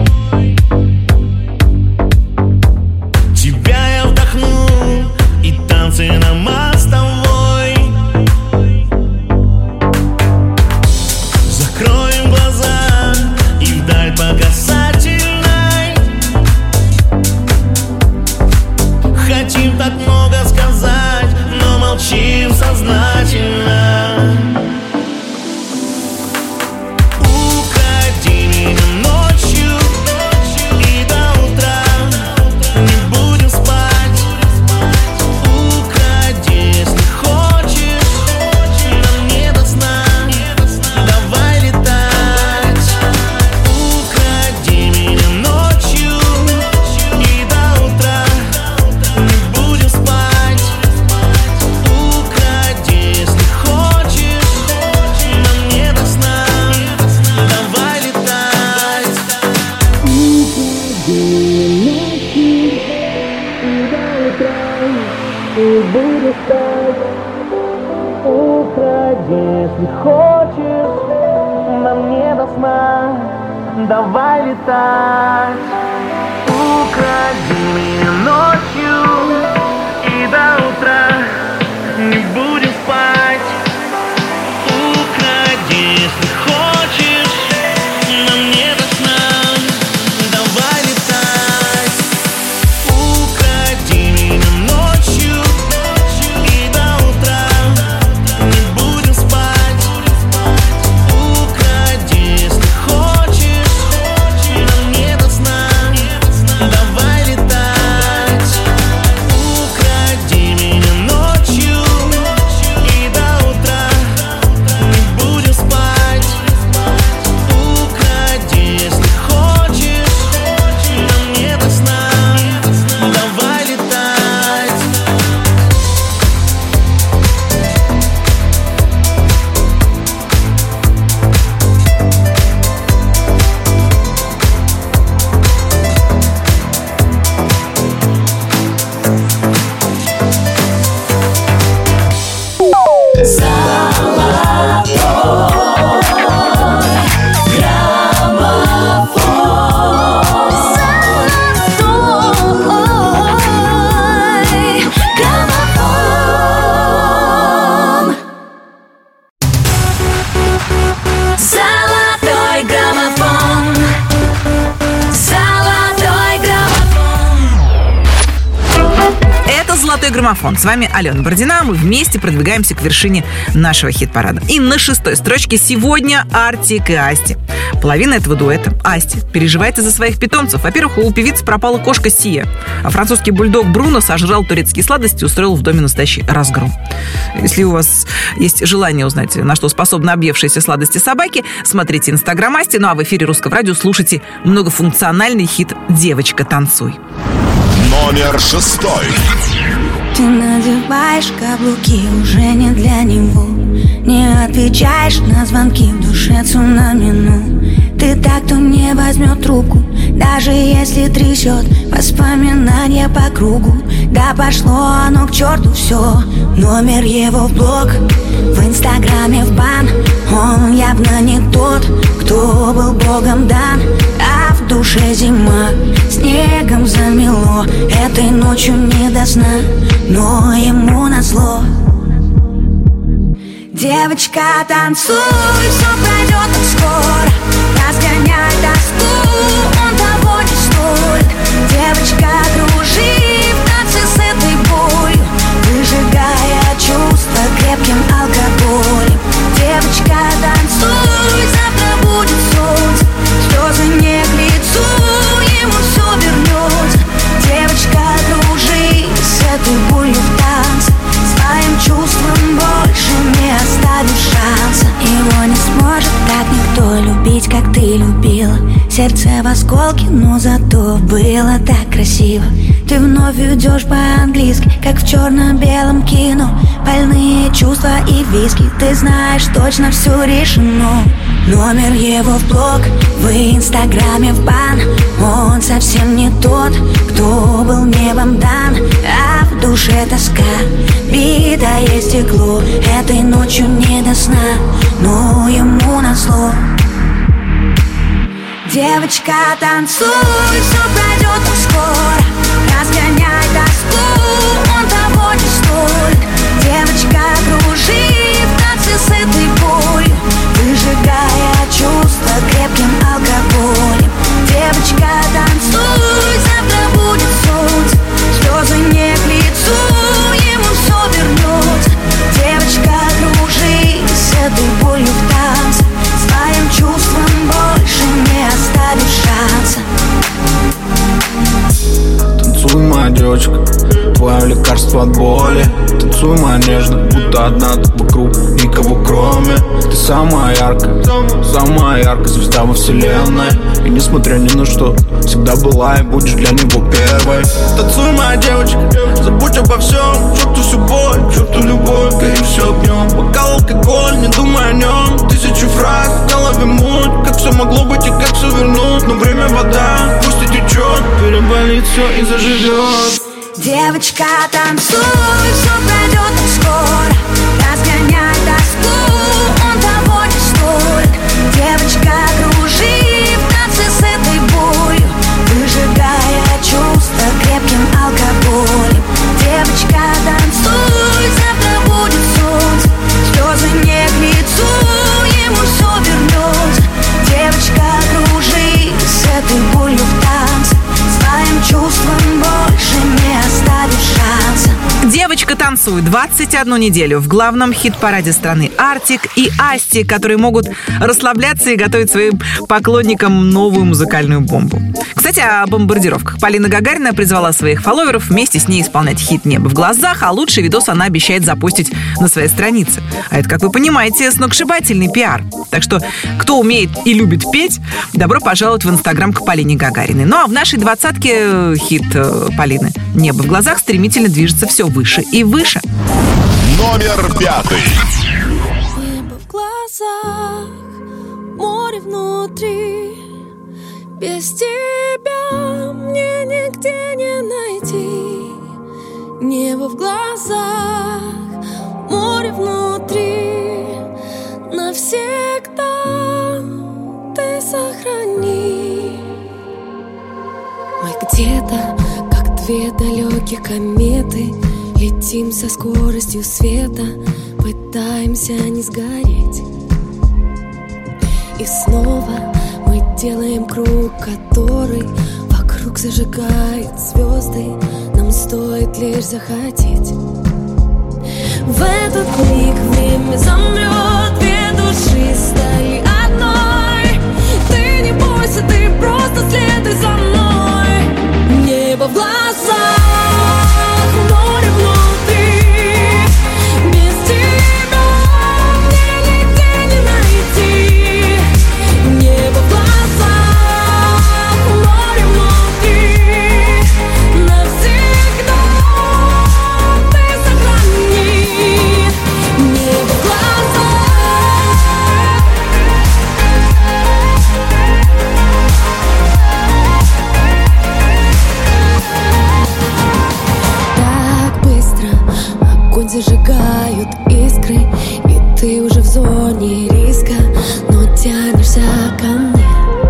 Тебя я вдохнул, и танцы на мостовой. Закроем глаза и вдаль по касательной. Хотим так много сказать, но молчим сознательно. Укради меня ночью и до утра. Не будем спать. Укради, если хочешь, но мне до сна. Давай летать. Укради меня ночью и до утра. Не будем спать. Укради, если хочешь, но мне до сна. Давай летать. Укради, если хочешь, но мне до сна. Давай летать. Укради меня ночью и до утра. Не будем спать. Укради, если хочешь, но мне до сна. Давай летать. Укради меня ночью и до утра. Не будем спать. Укради, если хочешь, но мне до сна. Давай летать. Укради меня ночью и до утра. Не будем спать. «Золотой граммофон». С вами Алена Бородина. Мы вместе продвигаемся к вершине нашего хит-парада. И на 6-й строчке сегодня Артик и Асти. Половина этого дуэта, Асти, переживает из-за своих питомцев. Во-первых, у певицы пропала кошка Сия, а французский бульдог Бруно сожрал турецкие сладости и устроил в доме настоящий разгром. Если у вас есть желание узнать, на что способны объевшиеся сладости собаки, смотрите Инстаграм Асти. Ну а в эфире Русского радио слушайте многофункциональный хит «Девочка, танцуй». Номер 6. Ты надеваешь каблуки уже не для него, не отвечаешь на звонки, в душе цунами. Ты так, кто не возьмет трубку, даже если трясет воспоминания по кругу. Да пошло оно к черту все, номер его в блог, в Инстаграме в бан. Он явно не тот, кто был Богом дан, а в душе зима снегом замело. Этой ночью не до сна, но ему назло. Девочка, танцуй, все пройдет так скоро, разгоняй тоску, он того не стоит. Девочка, кружи в танце с этой болью, выжигая чувства крепким алкоголем. Девочка, танцуй, завтра будет солнце, слезы не к лицу, ему все вернется. Девочка, кружи с этой болью в танце, своим чувством больше не оставишь шанса. Его не сможет так никто любить, как ты любила. Сердце в осколке, но зато было так красиво. Ты вновь идешь по-английски, как в черно-белом кино. Больные чувства и виски, ты знаешь, точно все решено. Номер его в блог, в Инстаграме в бан. Он совсем не тот, кто был небом дан, а в душе тоска, битое стекло. Этой ночью не до сна, но ему назло. Девочка, танцуй, все пройдет так скоро, разгоняй тоску, он того не стоит. Девочка, кружи в танце с этой болью, выжигая чувства крепким алкоголем. Девочка, танцуй, завтра будет солнце, слезы не к лицу, ему все вернется. Девочка, кружи с этой болью в танце, своим чувством больше не оставишь шанса. Танцуй, моя девочка, твое лекарство от боли. Танцуй, моя нежная, будто одна ты вокруг, никого кроме. Ты самая яркая звезда во вселенной. И несмотря ни на что, всегда была и будешь для него первой. Танцуй, моя девочка, забудь обо всем, черту всю боль, черту любовь, гори все огнем. Бокал, алкоголь, не думай о нем, тысячи фраз, в голове муть, как все могло быть и как все вернуть. Но время вода, пусть и течет, переболит все и заживет. Девочка, танцуй, все пройдет так скоро, разгоняй тоску, он того не стоит. Девочка, кружи в танце с этой болью, выжигая чувства крепким алкоголем. Девочка, танцуй, завтра будет солнце, слезы не к лицу, ему все вернется. Девочка, кружи с этой болью в танце, своим чувством больше не оставишь шанса. «Девочка, танцуй» 21 неделю в главном хит-параде страны Артик и Асти, которые могут расслабляться и готовить своим поклонникам новую музыкальную бомбу. Кстати, о бомбардировках. Полина Гагарина призвала своих фолловеров вместе с ней исполнять хит «Небо в глазах», а лучший видос она обещает запустить на своей странице. А это, как вы понимаете, сногсшибательный пиар. Так что, кто умеет и любит петь, добро пожаловать в Инстаграм к Полине Гагариной. Ну а в нашей двадцатке хит Полины «Небо в глазах» стремительно движется все выше и выше. Номер 5. Небо в глазах, море внутри. Без тебя мне нигде не найти. Небо в глазах, море внутри. Навсегда ты сохрани. Мы где-то, как две далеких кометы, летим со скоростью света, пытаемся не сгореть. И снова мы делаем круг, который вокруг Вокруг зажигают звезды, нам стоит лишь захотеть. В этот миг время замрет, две души стали одной. Ты не бойся, ты просто следуй за мной. Небо в глазах, море внутри. Без тебя мне нигде не найти. Небо в глазах, море внутри. Навсегда ты сохрани. Небо в глазах. Так быстро огонь зажигают искры, и ты уже в зоне риска, но тянешься ко мне.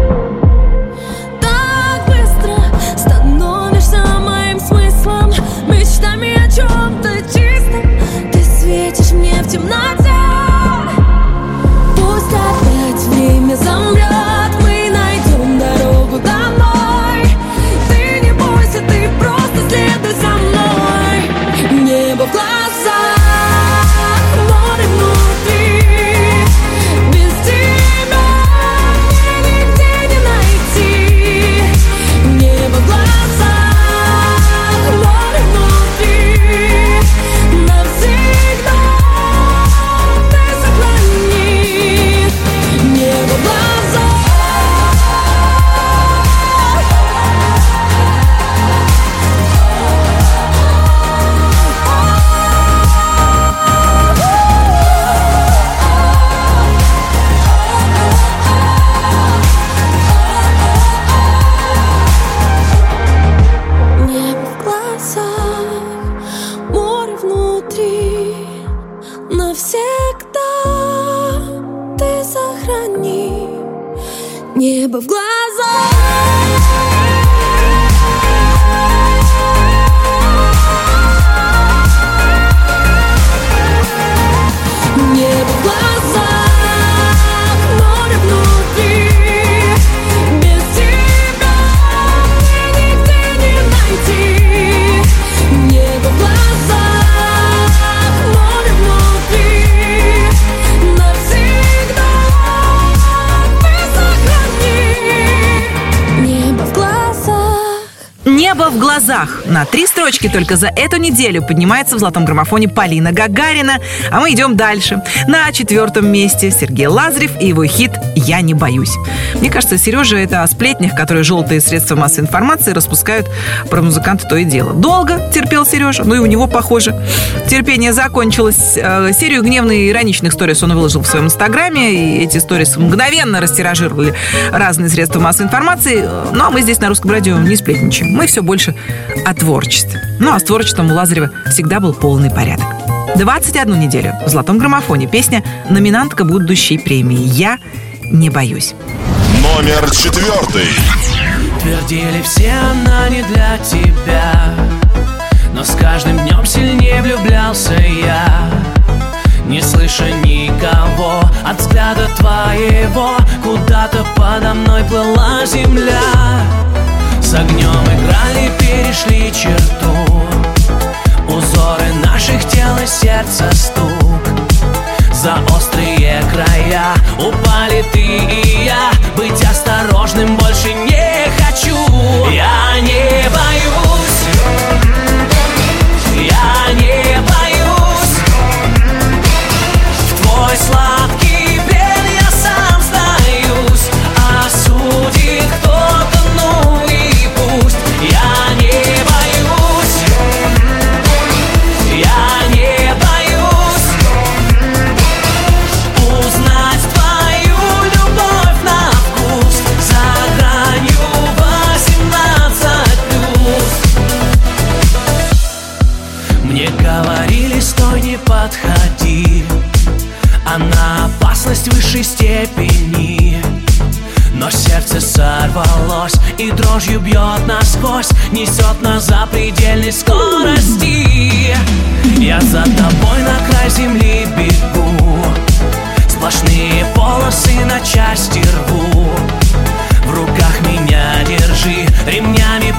Так быстро становишься моим смыслом, мечтами о чем-то чистом. Ты светишь мне в темноте. Пусть опять время замрет, мы найдем дорогу домой. Ты не бойся, ты просто следуй за мной. Небо в глазах, море внутри. Без тебя мне нигде не найти. Небо в глазах, море внутри. Навсегда ты сохрани. Небо в глазах. Небо в глазах, море внутри. Навсегда ты сохрани. Небо в глазах. Небо в глазах, море внутри. Без тебя мне нигде не найти. Небо в глазах, море внутри. Навсегда ты сохрани. Небо в глазах. «Небо в глазах». На 3 строчки только за эту неделю поднимается в золотом граммофоне Полина Гагарина. А мы идем дальше. На 4-м месте Сергей Лазарев и его хит «Я не боюсь». Мне кажется, Сережа — это о сплетнях, которые желтые средства массовой информации распускают про музыканта то и дело. Долго терпел Сережа, ну и у него, похоже, терпение закончилось. Серию гневных и ироничных сторис он выложил в своем инстаграме, и эти сторис мгновенно растиражировали разные средства массовой информации. Ну, а мы здесь на Русском радио не сплетничаем. Мы все больше о творчестве. Ну, а с творчеством у Лазарева всегда был полный порядок. 21 неделю в золотом граммофоне песня номинантка будущей премии «Я не боюсь». Номер 4. Твердили все, она не для тебя, но с каждым днем сильнее влюблялся я. Не слыша никого, от взгляда твоего куда-то подо мной плыла земля. С огнем играли, перешли черту, узоры наших тел и сердца стук. За острые края упали ты и я. Быть осторожным больше не хочу. Я не боюсь, я не боюсь. В твой сладкий плен я сам сдаюсь. Осудит кто-то, ну и пусть. Я не боюсь, я не боюсь узнать твою любовь на вкус за гранью 18+. Мне говорили, стой, не подходи, а на опасность высшей степени. Но сердце сорвалось и дрожью бьет насквозь, несет на запредельной скорости. Я за тобой на край земли бегу, сплошные полосы на части рву. В руках меня держи, ремнями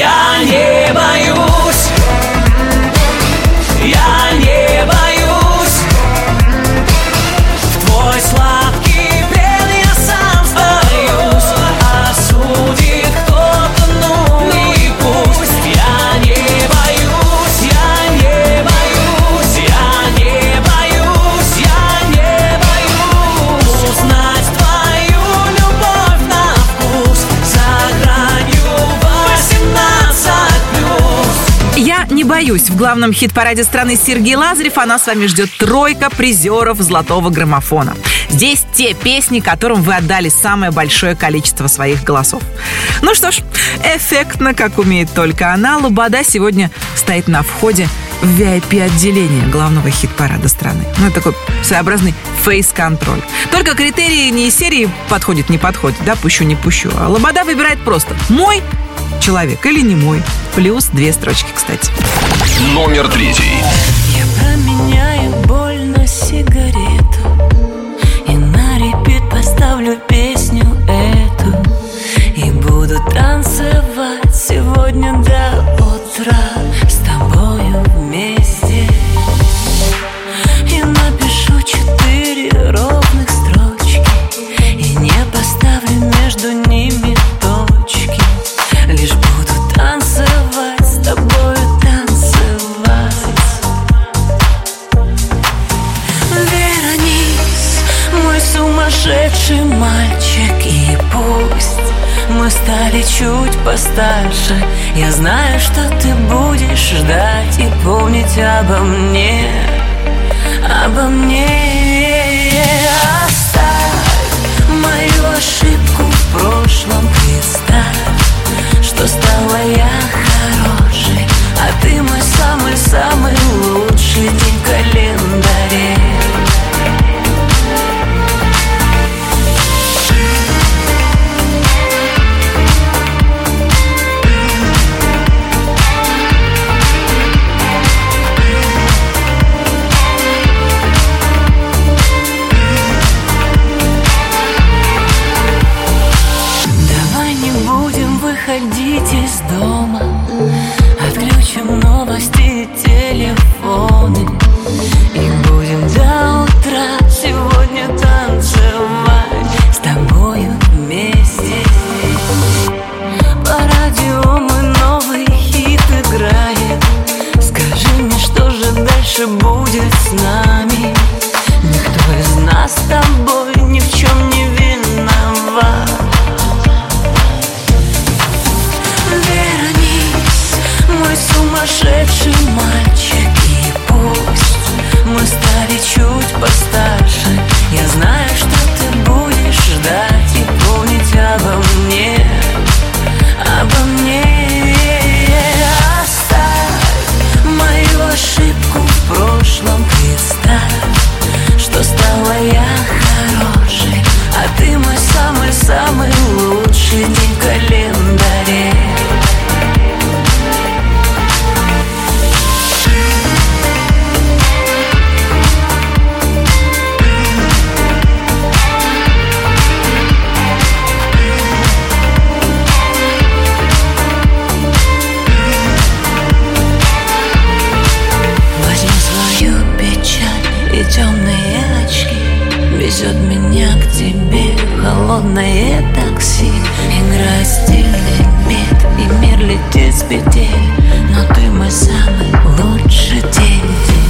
Я не боюсь, я не боюсь. В твой сладкий плен я сам сдаюсь. Осудит кто-то, ну и пусть. Я не боюсь, я не боюсь, я не боюсь, я не боюсь. Узнать твою любовь на вкус за гранью 18+. Я не боюсь. В главном хит-параде страны Сергей Лазарев, а нас с вами ждет тройка призеров золотого граммофона. Здесь те песни, которым вы отдали самое большое количество своих голосов. Ну что ж, эффектно, как умеет только она, Лобода сегодня стоит на входе в VIP-отделение главного хит-парада страны. Ну, это такой своеобразный фейс-контроль. Только критерии не из серии подходит, не подходит, да, пущу, не пущу. А Лобода выбирает просто мой человек или не мой. Плюс 2 строчки, кстати. Номер 3. Я променяю боль на сигарету и на репит поставлю песню эту. И буду танцевать сегодня до утра с тобою вместе. И напишу 4 ровных строчки и не поставлю между ними точки. Лишь буду танцевать с тобою, танцевать. Вернись, мой сумасшедший мальчик, и пусть мы стали чуть постарше, я знаю, что ты будешь ждать и помнить обо мне, обо мне. Оставь мою ошибку в прошлом, представь, что стала я хорошей, а ты мой самый-самый лучший день в календаре. Выходить из дома, отключим новости и телефоны, и будем до утра сегодня танцевать с тобою вместе. По радио мы новый хит играем. Скажи мне, что же дальше будет с нами? Никто из нас с тобой ни в чем не виноват. Мой сумасшедший мальчик, и пусть мы стали чуть постарше, я знаю, что ты будешь ждать и помнить обо мне, обо мне. Оставь мою ошибку в прошлом, представь, что стала я хорошей, а ты мой самый-самый лучший день в календаре. Темные очки везет меня к тебе, холодное такси. Играет стильный бит, и мир летит с петель, но ты мой самый лучший день.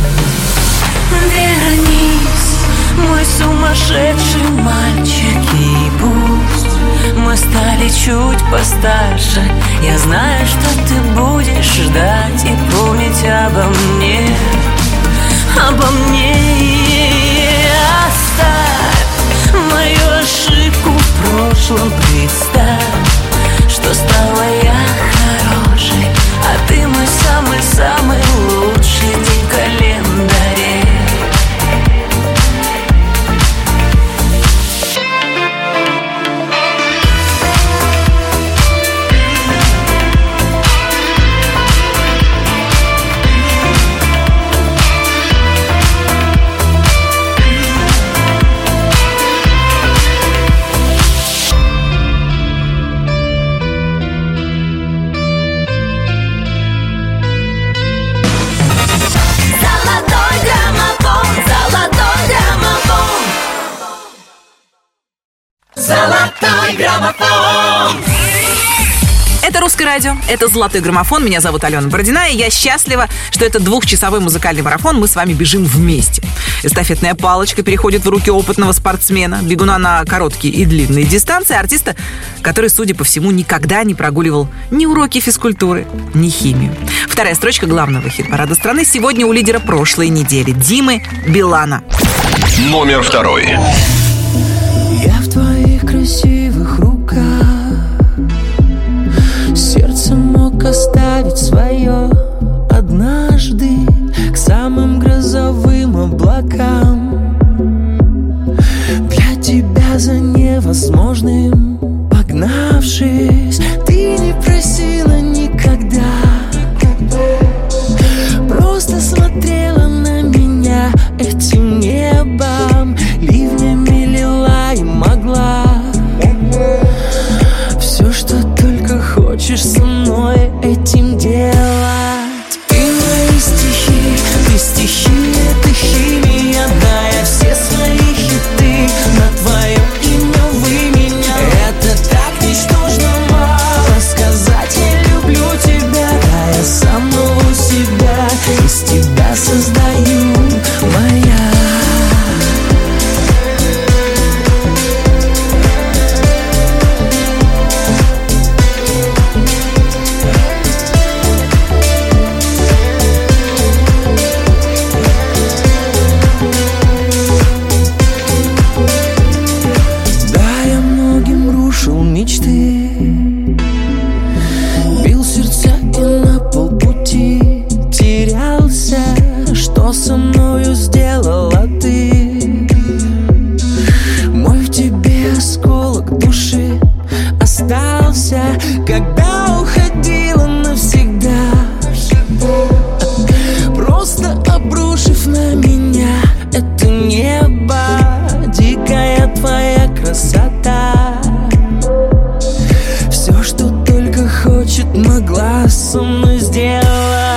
Вернись, мой сумасшедший мальчик, и пусть мы стали чуть постарше, я знаю, что ты будешь ждать и помнить обо мне, обо мне. Оставь мою ошибку в прошлом, представь, что стала я хорошей, а ты мой самый-самый лучший день в календаре. Русское радио. Это «Золотой граммофон». Меня зовут Алена Бородина, и я счастлива, что это 2-часовой музыкальный марафон. Мы с вами бежим вместе. Эстафетная палочка переходит в руки опытного спортсмена, бегуна на короткие и длинные дистанции, артиста, который, судя по всему, никогда не прогуливал ни уроки физкультуры, ни химию. Вторая строчка главного хит-парада страны сегодня у лидера прошлой недели Димы Билана. Номер 2. Я в твоих красивых руках сердце мог оставить свое однажды к самым грозовым облакам. Для тебя за невозможным погнавшись, ты не просила никогда, просто смотрела на меня этим небом, ливнями лила и могла. Все, что только хочешь со мной этим делать. Ты мои стихи, ты стихия, ты химия. Да, я все свои хиты на твое имя, вы меня. Это так ничтожно мало сказать, я люблю тебя. Да, я самого себя из тебя создаю, моя. Что со мною сделала ты? Мой в тебе осколок души остался, когда уходила навсегда, просто обрушив на меня это небо. Дикая твоя красота, все, что только хочет, могла со мной сделать.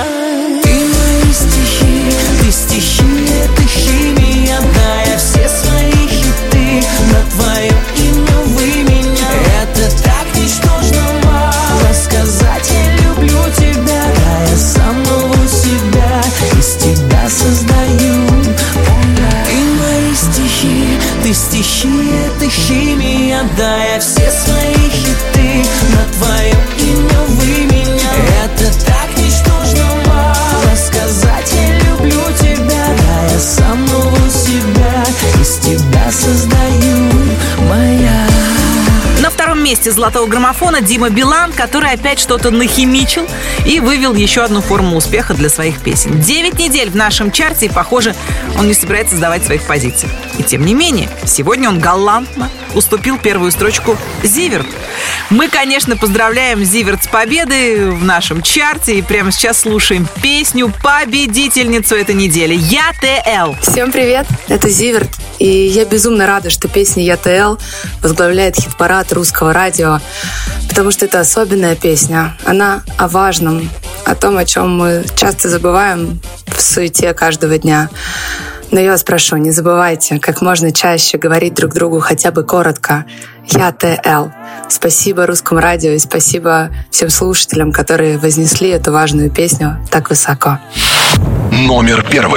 Ты стихия, ты химия, да, я все свои хиты на твое имя, вы меня. Это так ничтожно мало сказать, я люблю тебя. Да, я самого себя из тебя создаю. Ты мои стихи, ты стихия, ты химия, да, я все свои хиты на твое имя, вы меня. Это так ничтожно мало сказать, я люблю тебя. Да, я самого себя из тебя создаю, моя. На втором месте «Золотого граммофона» Дима Билан, который опять что-то нахимичил и вывел еще одну форму успеха для своих песен. 9 недель в нашем чарте, и, похоже, он не собирается сдавать своих позиций. И тем не менее, сегодня он галантно уступил первую строчку Зиверт. Мы, конечно, поздравляем Зиверт с победой в нашем чарте, и прямо сейчас слушаем песню победительницу этой недели «Я ТЛ». Всем привет, это Зиверт, и я безумно рада, что песня «Я ТЛ» возглавляет хит-парад Русского радио, потому что это особенная песня. Она о важном, о том, о чем мы часто забываем в суете каждого дня. Но я вас прошу, не забывайте как можно чаще говорить друг другу хотя бы коротко «Я ТЛ». Спасибо Русскому радио и спасибо всем слушателям, которые вознесли эту важную песню так высоко. Номер 1.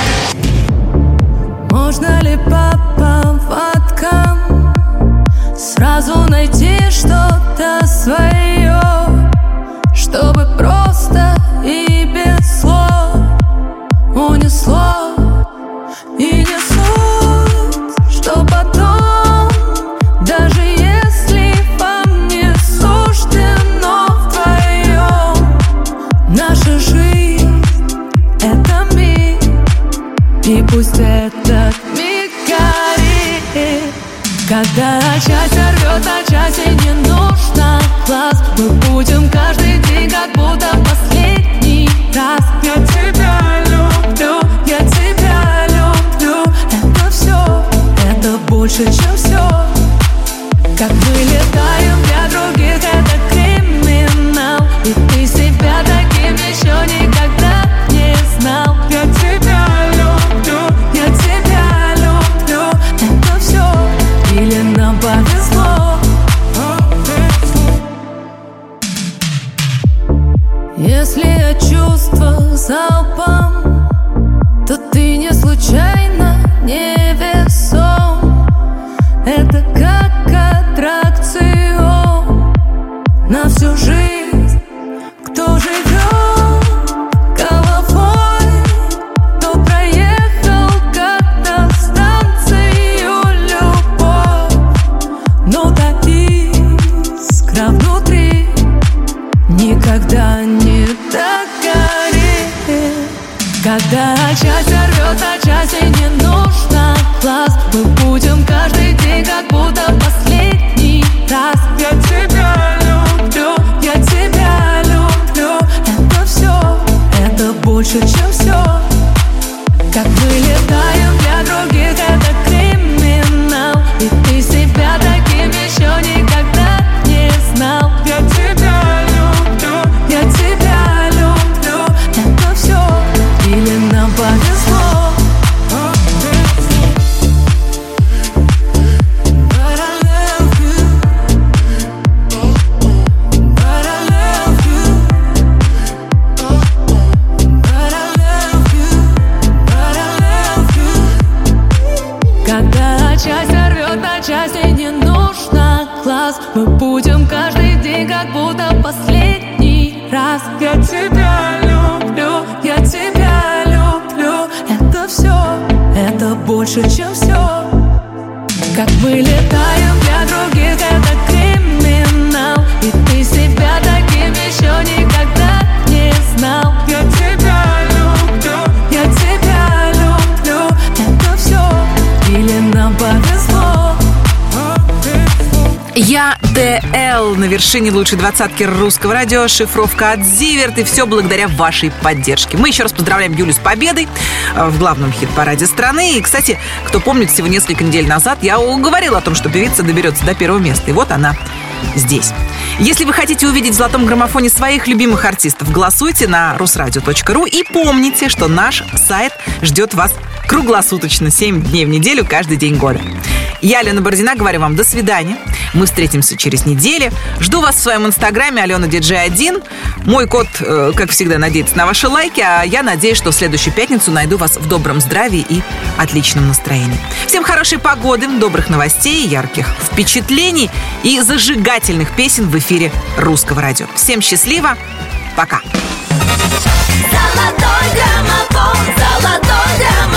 Можно ли по поводкам сразу найти что-то свое, чтобы просто и без слов унесло? И не суть, что потом, даже если вам не суждено вдвоем, наша жизнь — это миг, и пусть этот миг горит. Когда часть рвет, а части не нужно глаз, мы будем каждый день как будто последний раз. Я тебя люблю, я тебя люблю. Это все, это больше, чем все. Как мы летаем для других, это криминал. И ты себя таким еще никогда не знал. Я тебя люблю, я тебя люблю. Это все, или нам повезло. Если я чувствую залпом, то ты не случайно невесом. Это как аттракцион на всю жизнь. Кто живет головой, то проехал как-то станцию любовь. Но та искра внутри никогда не догорит. Когда часть рвется, части не нужно глаз. Мы будем каждый день как будто последний раз. Я тебя люблю, я тебя люблю. Это все, это больше, чем все. Как вылетаем для других, это криминал. И ты себя таким еще никогда не знал. Я тебя люблю, я тебя люблю. Это все, или нам повезло. Когда часть рвет на части, не нужно глаз. Мы будем каждый день как будто последний раз. Я тебя люблю, я тебя люблю. Это все, это больше, чем все. Как вылетаем для других, это криминал. И ты себя таким еще никогда не знал. Я тебя люблю, я тебя люблю. Это все, или нам повезло. Я ТЛ на вершине лучшей двадцатки русского радио. Шифровка от Зиверт. И все благодаря вашей поддержке. Мы еще раз поздравляем Юлю с победой в главном хит-параде страны. И, кстати, кто помнит, всего несколько недель назад я говорила о том, что певица доберется до первого места. И вот она здесь. Если вы хотите увидеть в золотом граммофоне своих любимых артистов, голосуйте на rusradio.ru и помните, что наш сайт ждет вас круглосуточно, 7 дней в неделю, каждый день года. Я, Алена Бородина, говорю вам до свидания. Мы встретимся через неделю. Жду вас в своем инстаграме Алена Диджей 1. Мой кот, как всегда, надеется на ваши лайки, а я надеюсь, что в следующую пятницу найду вас в добром здравии и отличном настроении. Всем хорошей погоды, добрых новостей, ярких впечатлений и зажигательных песен в эфире Русского радио. Всем счастливо. Пока. Золотой граммофон, золотой граммофон.